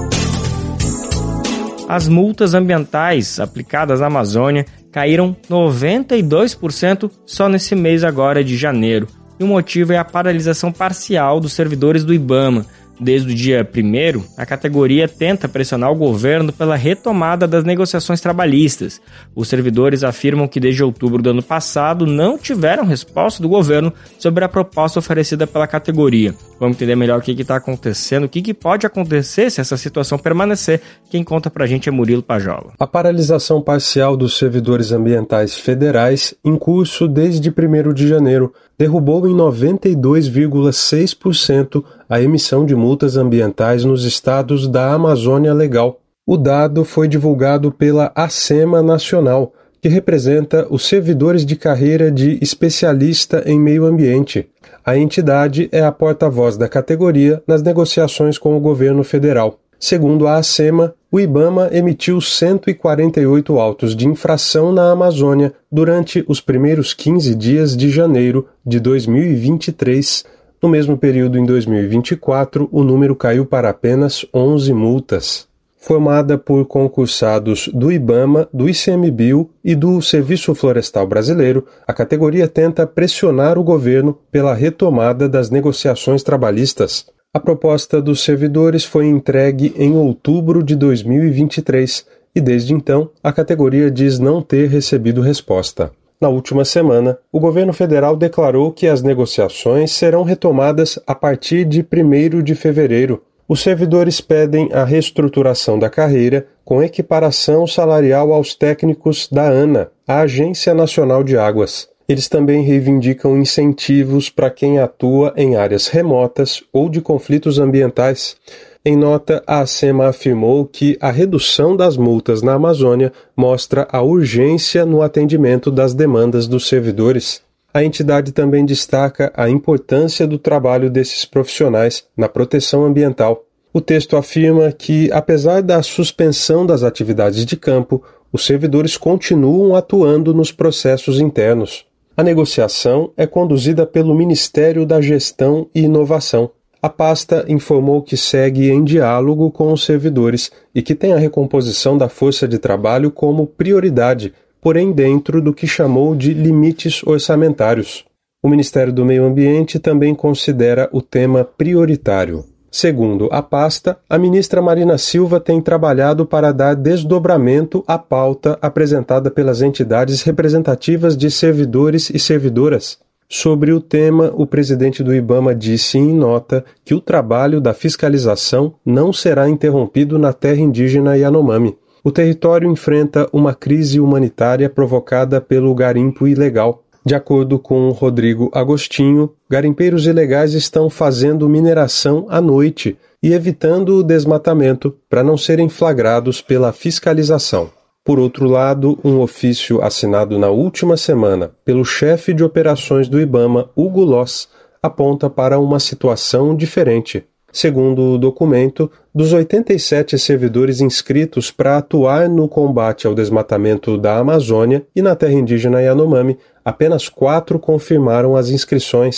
As multas ambientais aplicadas na Amazônia caíram noventa e dois por cento só nesse mês agora de janeiro. E o motivo é a paralisação parcial dos servidores do IBAMA. Desde o dia primeiro, a categoria tenta pressionar o governo pela retomada das negociações trabalhistas. Os servidores afirmam que desde outubro do ano passado não tiveram resposta do governo sobre a proposta oferecida pela categoria. Vamos entender melhor o que está acontecendo, o que, que pode acontecer se essa situação permanecer. Quem conta pra gente é Murilo Pajola. A paralisação parcial dos servidores ambientais federais, em curso desde primeiro de janeiro, derrubou em noventa e dois vírgula seis por cento a emissão de multas ambientais nos estados da Amazônia Legal. O dado foi divulgado pela ACEMA Nacional, que representa os servidores de carreira de especialista em meio ambiente. A entidade é a porta-voz da categoria nas negociações com o governo federal. Segundo a ACEMA, o IBAMA emitiu cento e quarenta e oito autos de infração na Amazônia durante os primeiros quinze dias de janeiro de dois mil e vinte e três. No mesmo período, em dois mil e vinte e quatro, o número caiu para apenas onze multas. Formada por concursados do IBAMA, do ICMBio e do Serviço Florestal Brasileiro, a categoria tenta pressionar o governo pela retomada das negociações trabalhistas. A proposta dos servidores foi entregue em outubro de dois mil e vinte e três e, desde então, a categoria diz não ter recebido resposta. Na última semana, o governo federal declarou que as negociações serão retomadas a partir de primeiro de fevereiro. Os servidores pedem a reestruturação da carreira com equiparação salarial aos técnicos da ANA, a Agência Nacional de Águas. Eles também reivindicam incentivos para quem atua em áreas remotas ou de conflitos ambientais. Em nota, a ACEMA afirmou que a redução das multas na Amazônia mostra a urgência no atendimento das demandas dos servidores. A entidade também destaca a importância do trabalho desses profissionais na proteção ambiental. O texto afirma que, apesar da suspensão das atividades de campo, os servidores continuam atuando nos processos internos. A negociação é conduzida pelo Ministério da Gestão e Inovação. A pasta informou que segue em diálogo com os servidores e que tem a recomposição da força de trabalho como prioridade, porém dentro do que chamou de limites orçamentários. O Ministério do Meio Ambiente também considera o tema prioritário. Segundo a pasta, a ministra Marina Silva tem trabalhado para dar desdobramento à pauta apresentada pelas entidades representativas de servidores e servidoras. Sobre o tema, o presidente do IBAMA disse em nota que o trabalho da fiscalização não será interrompido na terra indígena Yanomami. O território enfrenta uma crise humanitária provocada pelo garimpo ilegal. De acordo com Rodrigo Agostinho, garimpeiros ilegais estão fazendo mineração à noite e evitando o desmatamento para não serem flagrados pela fiscalização. Por outro lado, um ofício assinado na última semana pelo chefe de operações do IBAMA, Hugo Loss, aponta para uma situação diferente. Segundo o documento, dos oitenta e sete servidores inscritos para atuar no combate ao desmatamento da Amazônia e na terra indígena Yanomami, apenas quatro confirmaram as inscrições.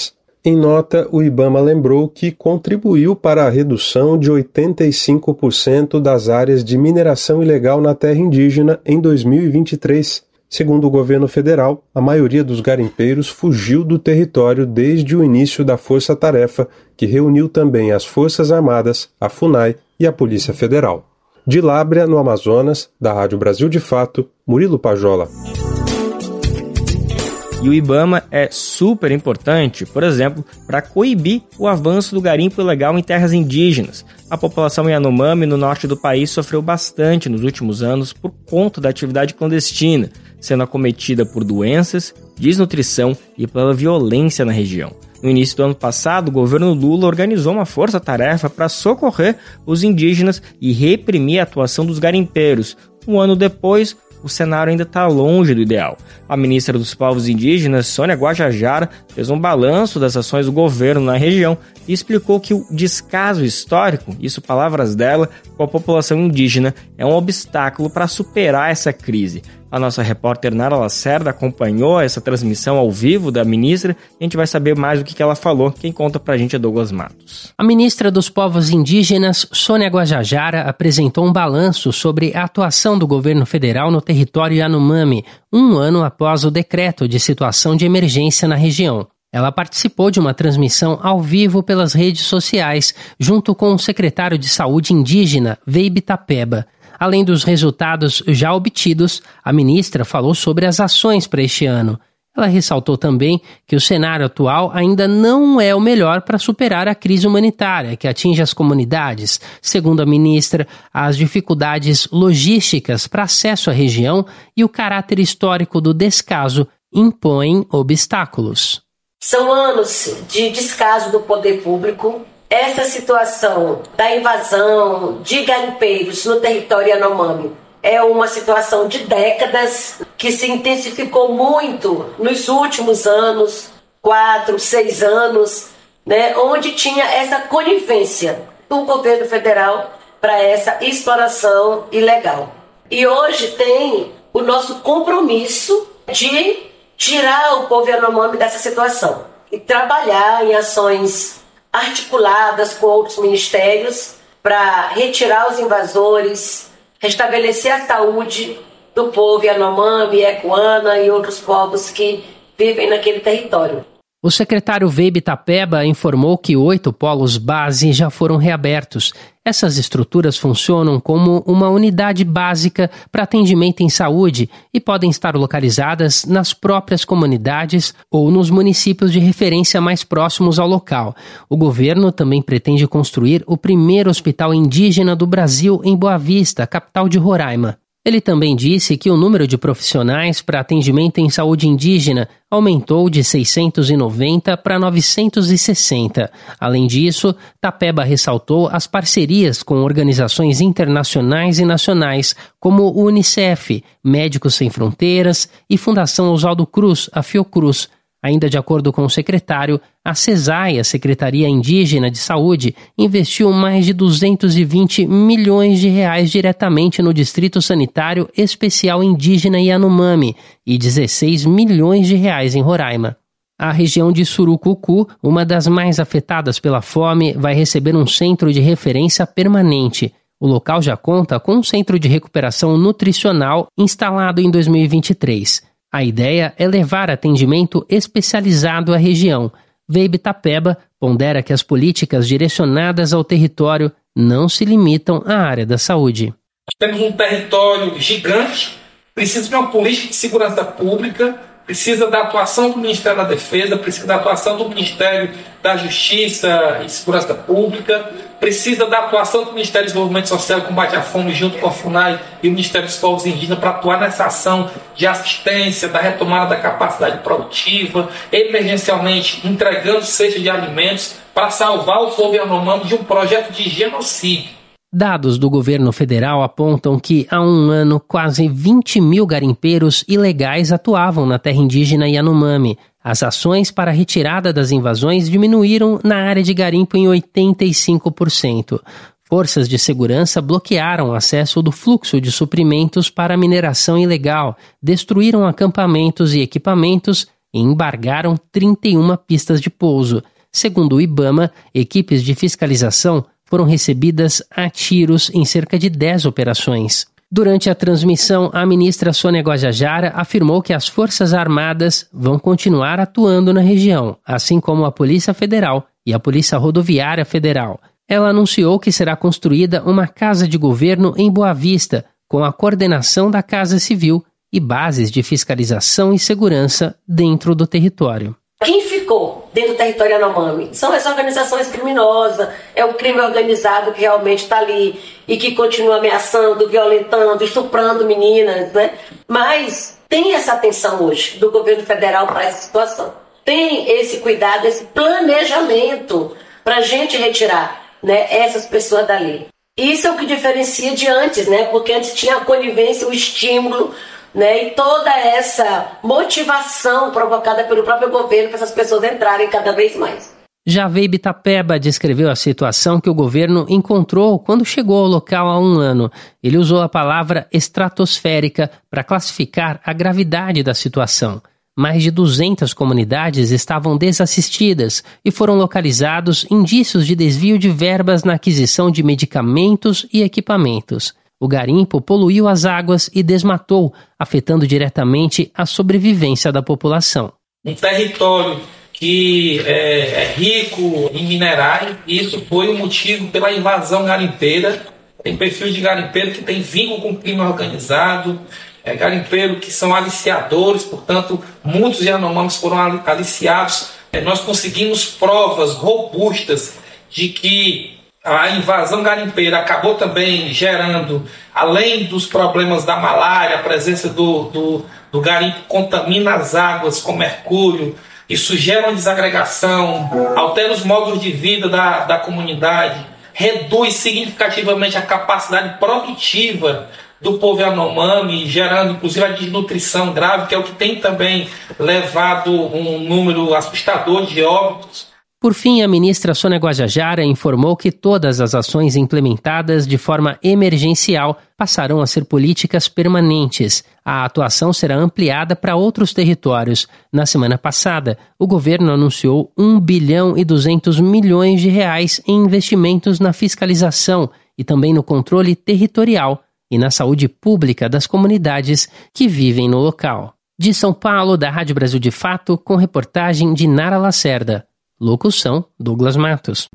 Em nota, o IBAMA lembrou que contribuiu para a redução de oitenta e cinco por cento das áreas de mineração ilegal na terra indígena em dois mil e vinte e três. Segundo o governo federal, a maioria dos garimpeiros fugiu do território desde o início da Força Tarefa, que reuniu também as Forças Armadas, a FUNAI e a Polícia Federal. De Lábrea, no Amazonas, da Rádio Brasil de Fato, Murilo Pajola. E o IBAMA é super importante, por exemplo, para coibir o avanço do garimpo ilegal em terras indígenas. A população Yanomami no norte do país sofreu bastante nos últimos anos por conta da atividade clandestina, sendo acometida por doenças, desnutrição e pela violência na região. No início do ano passado, o governo Lula organizou uma força-tarefa para socorrer os indígenas e reprimir a atuação dos garimpeiros. Um ano depois, o cenário ainda está longe do ideal. A ministra dos Povos Indígenas, Sônia Guajajara, fez um balanço das ações do governo na região e explicou que o descaso histórico, isso palavras dela, com a população indígena, é um obstáculo para superar essa crise. A nossa repórter Nara Lacerda acompanhou essa transmissão ao vivo da ministra e a gente vai saber mais o que ela falou. Quem conta pra gente é Douglas Matos. A ministra dos Povos Indígenas, Sônia Guajajara, apresentou um balanço sobre a atuação do governo federal no território Yanomami, um ano após o decreto de situação de emergência na região. Ela participou de uma transmissão ao vivo pelas redes sociais, junto com o secretário de Saúde indígena, Weibe Tapeba. Além dos resultados já obtidos, a ministra falou sobre as ações para este ano. Ela ressaltou também que o cenário atual ainda não é o melhor para superar a crise humanitária que atinge as comunidades. Segundo a ministra, as dificuldades logísticas para acesso à região e o caráter histórico do descaso impõem obstáculos. São anos de descaso do poder público. Essa situação da invasão de garimpeiros no território Yanomami é uma situação de décadas que se intensificou muito nos últimos anos, quatro, seis anos, né, onde tinha essa conivência do governo federal para essa exploração ilegal. E hoje tem o nosso compromisso de tirar o povo Yanomami dessa situação e trabalhar em ações articuladas com outros ministérios para retirar os invasores, restabelecer a saúde do povo Yanomami, Ecoana e outros povos que vivem naquele território. O secretário Weibe Tapeba informou que oito polos base já foram reabertos. Essas estruturas funcionam como uma unidade básica para atendimento em saúde e podem estar localizadas nas próprias comunidades ou nos municípios de referência mais próximos ao local. O governo também pretende construir o primeiro hospital indígena do Brasil em Boa Vista, capital de Roraima. Ele também disse que o número de profissionais para atendimento em saúde indígena aumentou de seiscentos e noventa para novecentos e sessenta. Além disso, Tapeba ressaltou as parcerias com organizações internacionais e nacionais, como o Unicef, Médicos Sem Fronteiras e Fundação Oswaldo Cruz, a Fiocruz. Ainda de acordo com o secretário, a CESAI, a Secretaria Indígena de Saúde, investiu mais de duzentos e vinte milhões de reais diretamente no Distrito Sanitário Especial Indígena Yanomami e dezesseis milhões de reais em Roraima. A região de Surucucu, uma das mais afetadas pela fome, vai receber um centro de referência permanente. O local já conta com um centro de recuperação nutricional instalado em dois mil e vinte e três. A ideia é levar atendimento especializado à região. Weibe Tapeba pondera que as políticas direcionadas ao território não se limitam à área da saúde. Temos um território gigante, precisa de uma política de segurança pública, precisa da atuação do Ministério da Defesa, precisa da atuação do Ministério da Justiça e Segurança Pública, precisa da atuação do Ministério do Desenvolvimento Social e Combate à Fome junto com a FUNAI e o Ministério dos Povos Indígenas para atuar nessa ação de assistência, da retomada da capacidade produtiva, emergencialmente entregando cestas de alimentos para salvar o povo Yanomami de um projeto de genocídio. Dados do governo federal apontam que, há um ano, quase vinte mil garimpeiros ilegais atuavam na terra indígena Yanomami. As ações para a retirada das invasões diminuíram na área de garimpo em oitenta e cinco por cento. Forças de segurança bloquearam o acesso do fluxo de suprimentos para a mineração ilegal, destruíram acampamentos e equipamentos e embargaram trinta e uma pistas de pouso. Segundo o IBAMA, equipes de fiscalização foram recebidas a tiros em cerca de dez operações. Durante a transmissão, a ministra Sônia Guajajara afirmou que as Forças Armadas vão continuar atuando na região, assim como a Polícia Federal e a Polícia Rodoviária Federal. Ela anunciou que será construída uma casa de governo em Boa Vista, com a coordenação da Casa Civil e bases de fiscalização e segurança dentro do território. Quem ficou dentro do território Yanomami são as organizações criminosas, é o crime organizado que realmente está ali e que continua ameaçando, violentando, estuprando meninas, né? Mas tem essa atenção hoje do governo federal para essa situação. Tem esse cuidado, esse planejamento para a gente retirar, né, essas pessoas dali. Isso é o que diferencia de antes, né? Porque antes tinha a conivência, o estímulo, né, e toda essa motivação provocada pelo próprio governo para essas pessoas entrarem cada vez mais. Javeib Tapeba descreveu a situação que o governo encontrou quando chegou ao local há um ano. Ele usou a palavra estratosférica para classificar a gravidade da situação. Mais de duzentas comunidades estavam desassistidas e foram localizados indícios de desvio de verbas na aquisição de medicamentos e equipamentos. O garimpo poluiu as águas e desmatou, afetando diretamente a sobrevivência da população. Um território que é, é rico em minerais, e isso foi o motivo pela invasão garimpeira. Tem perfis de garimpeiro que tem vínculo com o crime organizado, é, garimpeiro que são aliciadores, portanto, muitos Yanomamis foram aliciados. É, nós conseguimos provas robustas de que a invasão garimpeira acabou também gerando, além dos problemas da malária, a presença do, do, do garimpo contamina as águas com mercúrio, isso gera uma desagregação, altera os modos de vida da, da comunidade, reduz significativamente a capacidade produtiva do povo Yanomami, gerando inclusive a desnutrição grave, que é o que tem também levado um número assustador de óbitos. Por fim, a ministra Sônia Guajajara informou que todas as ações implementadas de forma emergencial passarão a ser políticas permanentes. A atuação será ampliada para outros territórios. Na semana passada, o governo anunciou um bilhão e duzentos milhões de reais em investimentos na fiscalização e também no controle territorial e na saúde pública das comunidades que vivem no local. De São Paulo, da Rádio Brasil de Fato, com reportagem de Nara Lacerda. Locução, Douglas Matos.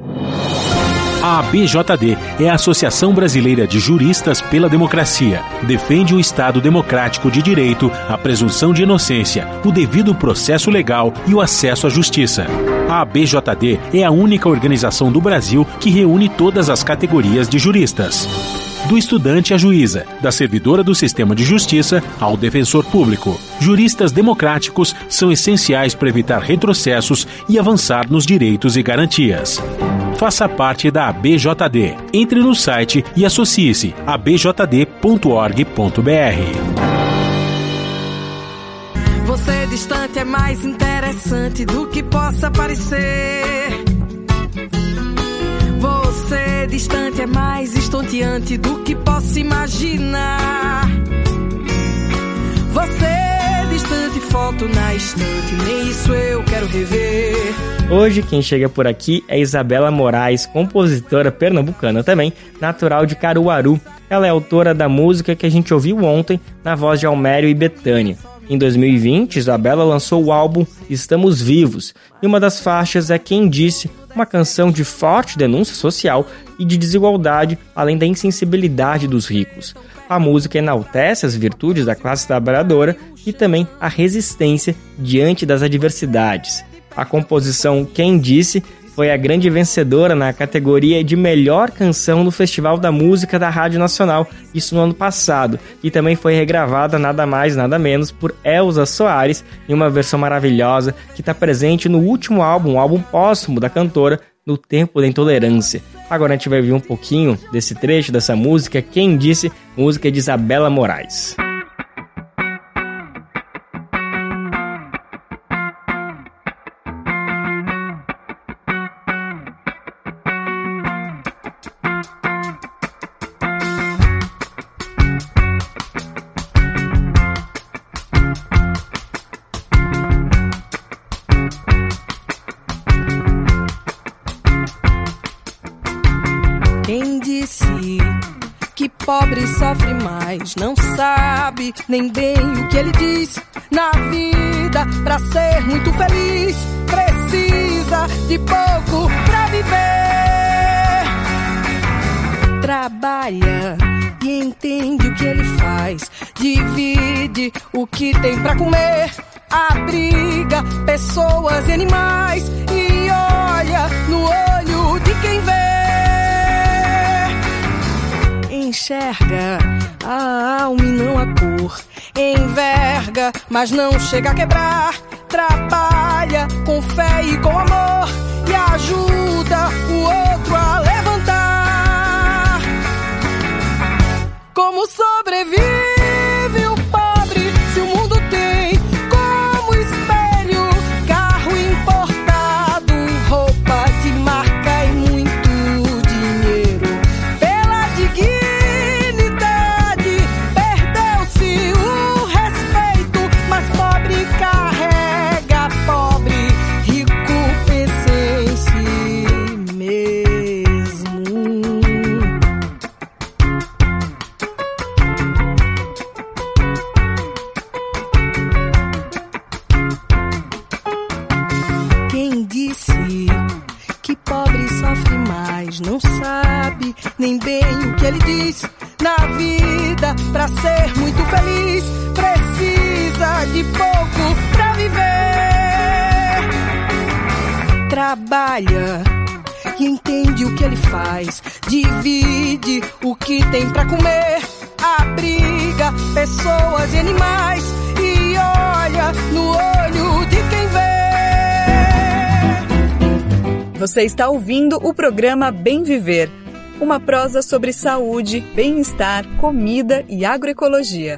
A A B J D é a Associação Brasileira de Juristas pela Democracia. Defende o Estado democrático de direito, a presunção de inocência, o devido processo legal e o acesso à justiça. A A B J D é a única organização do Brasil que reúne todas as categorias de juristas. Do estudante à juíza, da servidora do sistema de justiça ao defensor público. Juristas democráticos são essenciais para evitar retrocessos e avançar nos direitos e garantias. Faça parte da A B J D. Entre no site e associe-se a b j d ponto org ponto b r. Você distante é mais interessante do que possa parecer. Você distante é mais estonteante do que possa imaginar. Você distante, foto na estante, nem isso eu quero rever. Hoje quem chega por aqui é Isabela Moraes, compositora pernambucana também, natural de Caruaru. Ela é autora da música que a gente ouviu ontem na voz de Almério e Bethânia. Em dois mil e vinte, Isabela lançou o álbum Estamos Vivos, e uma das faixas é Quem Disse, uma canção de forte denúncia social e de desigualdade, além da insensibilidade dos ricos. A música enaltece as virtudes da classe trabalhadora e também a resistência diante das adversidades. A composição Quem Disse foi a grande vencedora na categoria de melhor canção no Festival da Música da Rádio Nacional, isso no ano passado, e também foi regravada nada mais nada menos por Elza Soares em uma versão maravilhosa que está presente no último álbum, o álbum póstumo da cantora, No Tempo da Intolerância. Agora a gente vai ver um pouquinho desse trecho dessa música, Quem Disse, música de Isabela Moraes. Quem disse que pobre sofre mais, não sabe nem bem o que ele diz. Na vida, pra ser muito feliz, precisa de pouco pra viver. Trabalha e entende o que ele faz, divide o que tem pra comer, abriga pessoas e animais e olha no olho de quem vê. Enxerga a alma e não a cor, enverga, mas não chega a quebrar. Trabalha com fé e com amor e ajuda o outro a levantar. Como sobrevive o pobre se o mundo tem como espelho carro importado, roupa de marca e muito dinheiro? Pela dignidade perdeu-se o respeito, mas pobre carrega pobre, rico pensa em si mesmo. Quem disse que pobre sofre mais, não sabe nem bem o que ele diz. Na vida, pra ser muito feliz, precisa de pouco pra viver. Trabalha e entende o que ele faz, divide o que tem pra comer, abriga pessoas e animais e olha no olho de quem vê. Você está ouvindo o programa Bem Viver, uma prosa sobre saúde, bem-estar, comida e agroecologia.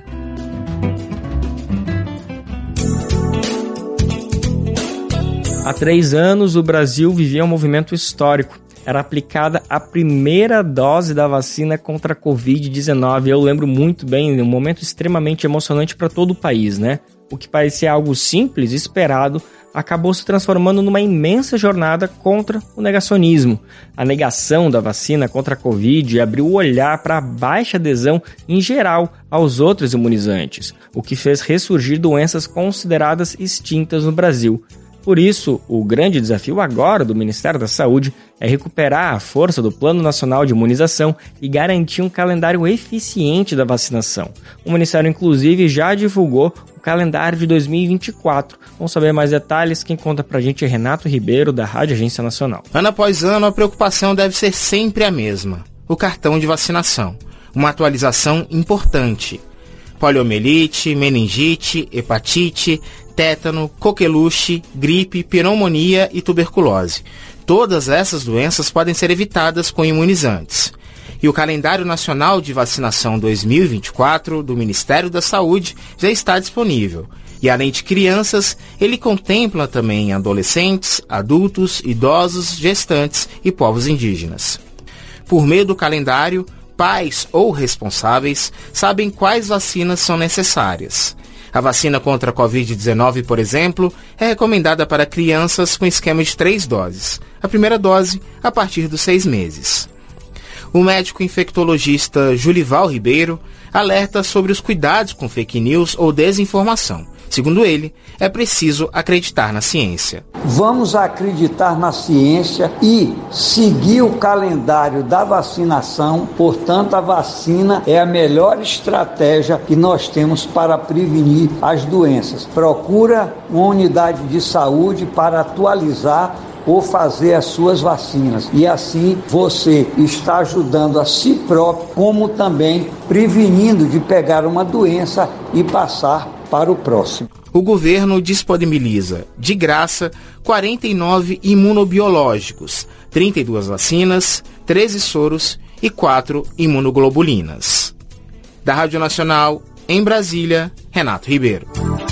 Há três anos, o Brasil vivia um movimento histórico. Era aplicada a primeira dose da vacina contra a covid dezenove. Eu lembro muito bem, um momento extremamente emocionante para todo o país, né? O que parecia algo simples, esperado, acabou se transformando numa imensa jornada contra o negacionismo. A negação da vacina contra a Covid abriu o olhar para a baixa adesão em geral aos outros imunizantes, o que fez ressurgir doenças consideradas extintas no Brasil. Por isso, o grande desafio agora do Ministério da Saúde é recuperar a força do Plano Nacional de Imunização e garantir um calendário eficiente da vacinação. O Ministério, inclusive, já divulgou o calendário de dois mil e vinte e quatro. Vamos saber mais detalhes? Quem conta pra gente é Renato Ribeiro, da Rádio Agência Nacional. Ano após ano, a preocupação deve ser sempre a mesma: o cartão de vacinação. Uma atualização importante. Poliomielite, meningite, hepatite, tétano, coqueluche, gripe, pneumonia e tuberculose. Todas essas doenças podem ser evitadas com imunizantes. E o Calendário Nacional de Vacinação dois mil e vinte e quatro do Ministério da Saúde já está disponível. E além de crianças, ele contempla também adolescentes, adultos, idosos, gestantes e povos indígenas. Por meio do calendário, pais ou responsáveis sabem quais vacinas são necessárias. A vacina contra a covid dezenove, por exemplo, é recomendada para crianças com esquema de três doses. A primeira dose a partir dos seis meses. O médico infectologista Julival Ribeiro alerta sobre os cuidados com fake news ou desinformação. Segundo ele, é preciso acreditar na ciência. Vamos acreditar na ciência e seguir o calendário da vacinação. Portanto, a vacina é a melhor estratégia que nós temos para prevenir as doenças. Procura uma unidade de saúde para atualizar ou fazer as suas vacinas. E assim você está ajudando a si próprio, como também prevenindo de pegar uma doença e passar para o próximo. O governo disponibiliza, de graça, quarenta e nove imunobiológicos, trinta e duas vacinas, treze soros e quatro imunoglobulinas. Da Rádio Nacional, em Brasília, Renato Ribeiro.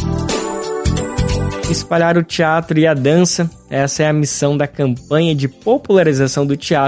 Espalhar o teatro e a dança, essa é a missão da campanha de popularização do teatro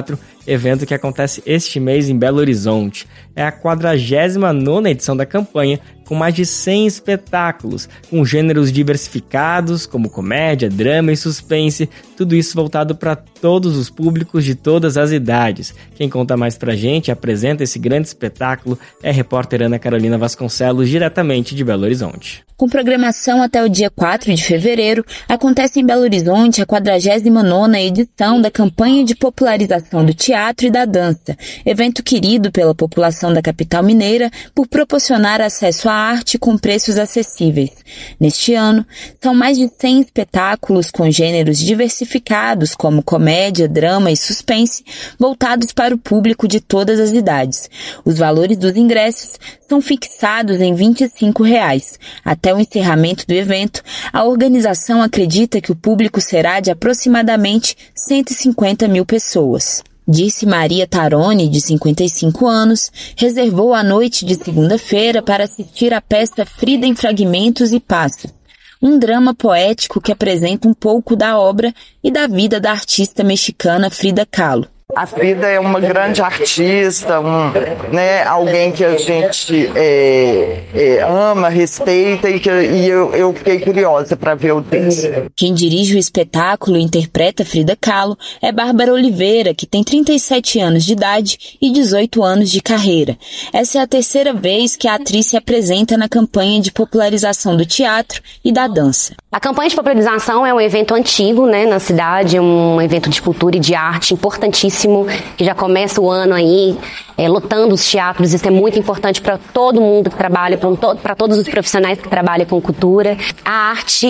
evento que acontece este mês em Belo Horizonte. É a quadragésima nona edição da campanha, com mais de cem espetáculos, com gêneros diversificados, como comédia, drama e suspense, tudo isso voltado para todos os públicos de todas as idades. Quem conta mais pra gente e apresenta esse grande espetáculo é a repórter Ana Carolina Vasconcelos, diretamente de Belo Horizonte. Com programação até o dia quatro de fevereiro, acontece em Belo Horizonte a quadragésima nona edição da campanha de popularização do teatro e da dança, evento querido pela população da capital mineira por proporcionar acesso à arte com preços acessíveis. Neste ano, são mais de cem espetáculos com gêneros diversificados como comédia, drama e suspense, voltados para o público de todas as idades. Os valores dos ingressos são fixados em vinte e cinco reais. Até o encerramento do evento, a organização acredita que o público será de aproximadamente cento e cinquenta mil pessoas. Disse Maria Tarone, de cinquenta e cinco anos, reservou a noite de segunda-feira para assistir à peça Frida em Fragmentos e Passos, um drama poético que apresenta um pouco da obra e da vida da artista mexicana Frida Kahlo. A Frida é uma grande artista, um, né, alguém que a gente é, é, ama, respeita e, que, e eu, eu fiquei curiosa para ver o texto. Quem dirige o espetáculo e interpreta Frida Kahlo é Bárbara Oliveira, que tem trinta e sete anos de idade e dezoito anos de carreira. Essa é a terceira vez que a atriz se apresenta na campanha de popularização do teatro e da dança. A campanha de popularização é um evento antigo, né, na cidade, um evento de cultura e de arte importantíssimo, que já começa o ano aí é, lotando os teatros. Isso é muito importante para todo mundo que trabalha, para todos os profissionais que trabalham com cultura. A arte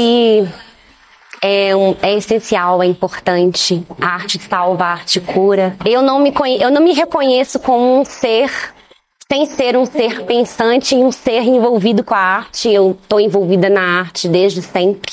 é, um, é essencial, é importante. A arte salva, a arte cura. Eu não me, conhe- eu não me reconheço como um ser, sem ser um ser pensante e um ser envolvido com a arte. Eu estou envolvida na arte desde sempre.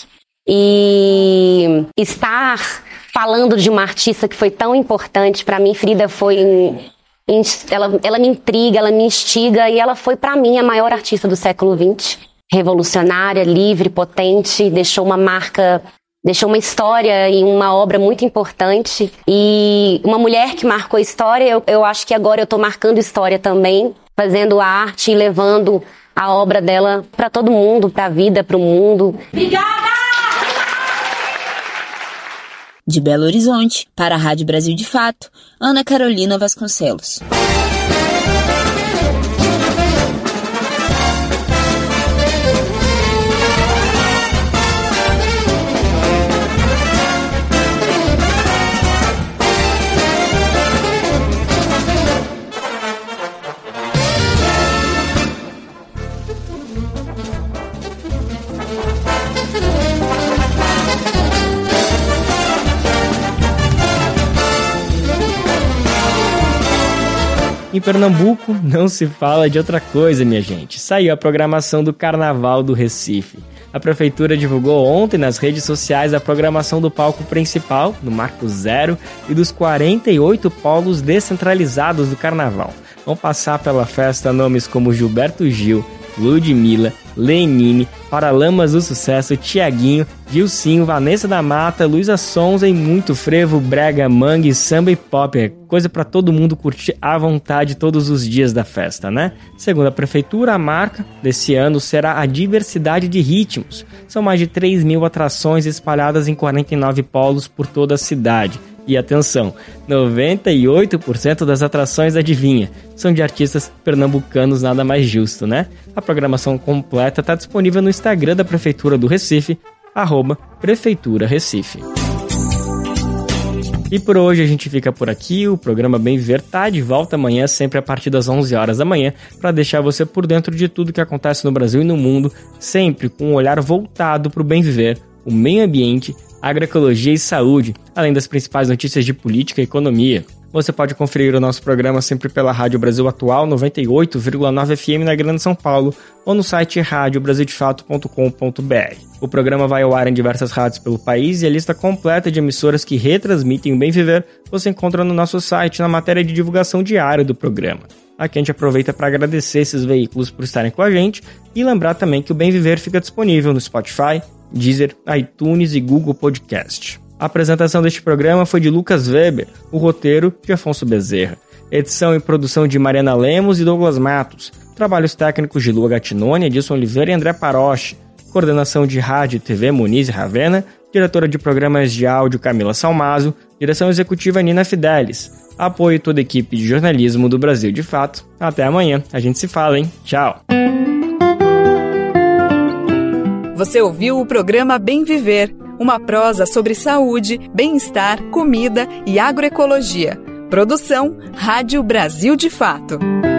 E estar falando de uma artista que foi tão importante para mim, Frida foi, ela, ela me intriga, ela me instiga e ela foi para mim a maior artista do século vinte, revolucionária, livre, potente, deixou uma marca, deixou uma história e uma obra muito importante e uma mulher que marcou história. Eu, eu acho que agora eu estou marcando história também, fazendo arte e levando a obra dela para todo mundo, para a vida, para o mundo. Obrigada! De Belo Horizonte, para a Rádio Brasil de Fato, Ana Carolina Vasconcelos. Em Pernambuco, não se fala de outra coisa, minha gente. Saiu a programação do Carnaval do Recife. A prefeitura divulgou ontem nas redes sociais a programação do palco principal, no Marco Zero, e dos quarenta e oito polos descentralizados do Carnaval. Vão passar pela festa nomes como Gilberto Gil, Ludmilla, Lenine, Paralamas do Sucesso, Tiaguinho, Gilcinho, Vanessa da Mata, Luísa Sonza e muito frevo, brega, mangue, samba e pop. É coisa pra todo mundo curtir à vontade todos os dias da festa, né? Segundo a prefeitura, a marca desse ano será a diversidade de ritmos. São mais de três mil atrações espalhadas em quarenta e nove polos por toda a cidade. E atenção, noventa e oito por cento das atrações, adivinha, são de artistas pernambucanos, nada mais justo, né? A programação completa está disponível no Instagram da Prefeitura do Recife, arroba Prefeitura Recife. E por hoje a gente fica por aqui, o programa Bem Viver tá de volta amanhã, sempre a partir das onze horas da manhã, para deixar você por dentro de tudo que acontece no Brasil e no mundo, sempre com um olhar voltado para o bem viver, o meio ambiente, agroecologia e saúde, além das principais notícias de política e economia. Você pode conferir o nosso programa sempre pela Rádio Brasil Atual noventa e oito vírgula nove F M na Grande São Paulo ou no site rádio brasil de fato ponto com ponto b r. O programa vai ao ar em diversas rádios pelo país e a lista completa de emissoras que retransmitem o Bem Viver você encontra no nosso site na matéria de divulgação diária do programa. Aqui a gente aproveita para agradecer esses veículos por estarem com a gente e lembrar também que o Bem Viver fica disponível no Spotify, Deezer, iTunes e Google Podcast. A apresentação deste programa foi de Lucas Weber, o roteiro de Afonso Bezerra. Edição e produção de Mariana Lemos e Douglas Matos. Trabalhos técnicos de Lua Gattinoni, Edson Oliveira e André Paroche. Coordenação de Rádio e T V Muniz e Ravena. Diretora de programas de áudio Camila Salmazo. Direção executiva Nina Fidelis. Apoio toda a equipe de jornalismo do Brasil de Fato. Até amanhã. A gente se fala, hein? Tchau. Você ouviu o programa Bem Viver, uma prosa sobre saúde, bem-estar, comida e agroecologia. Produção Rádio Brasil de Fato.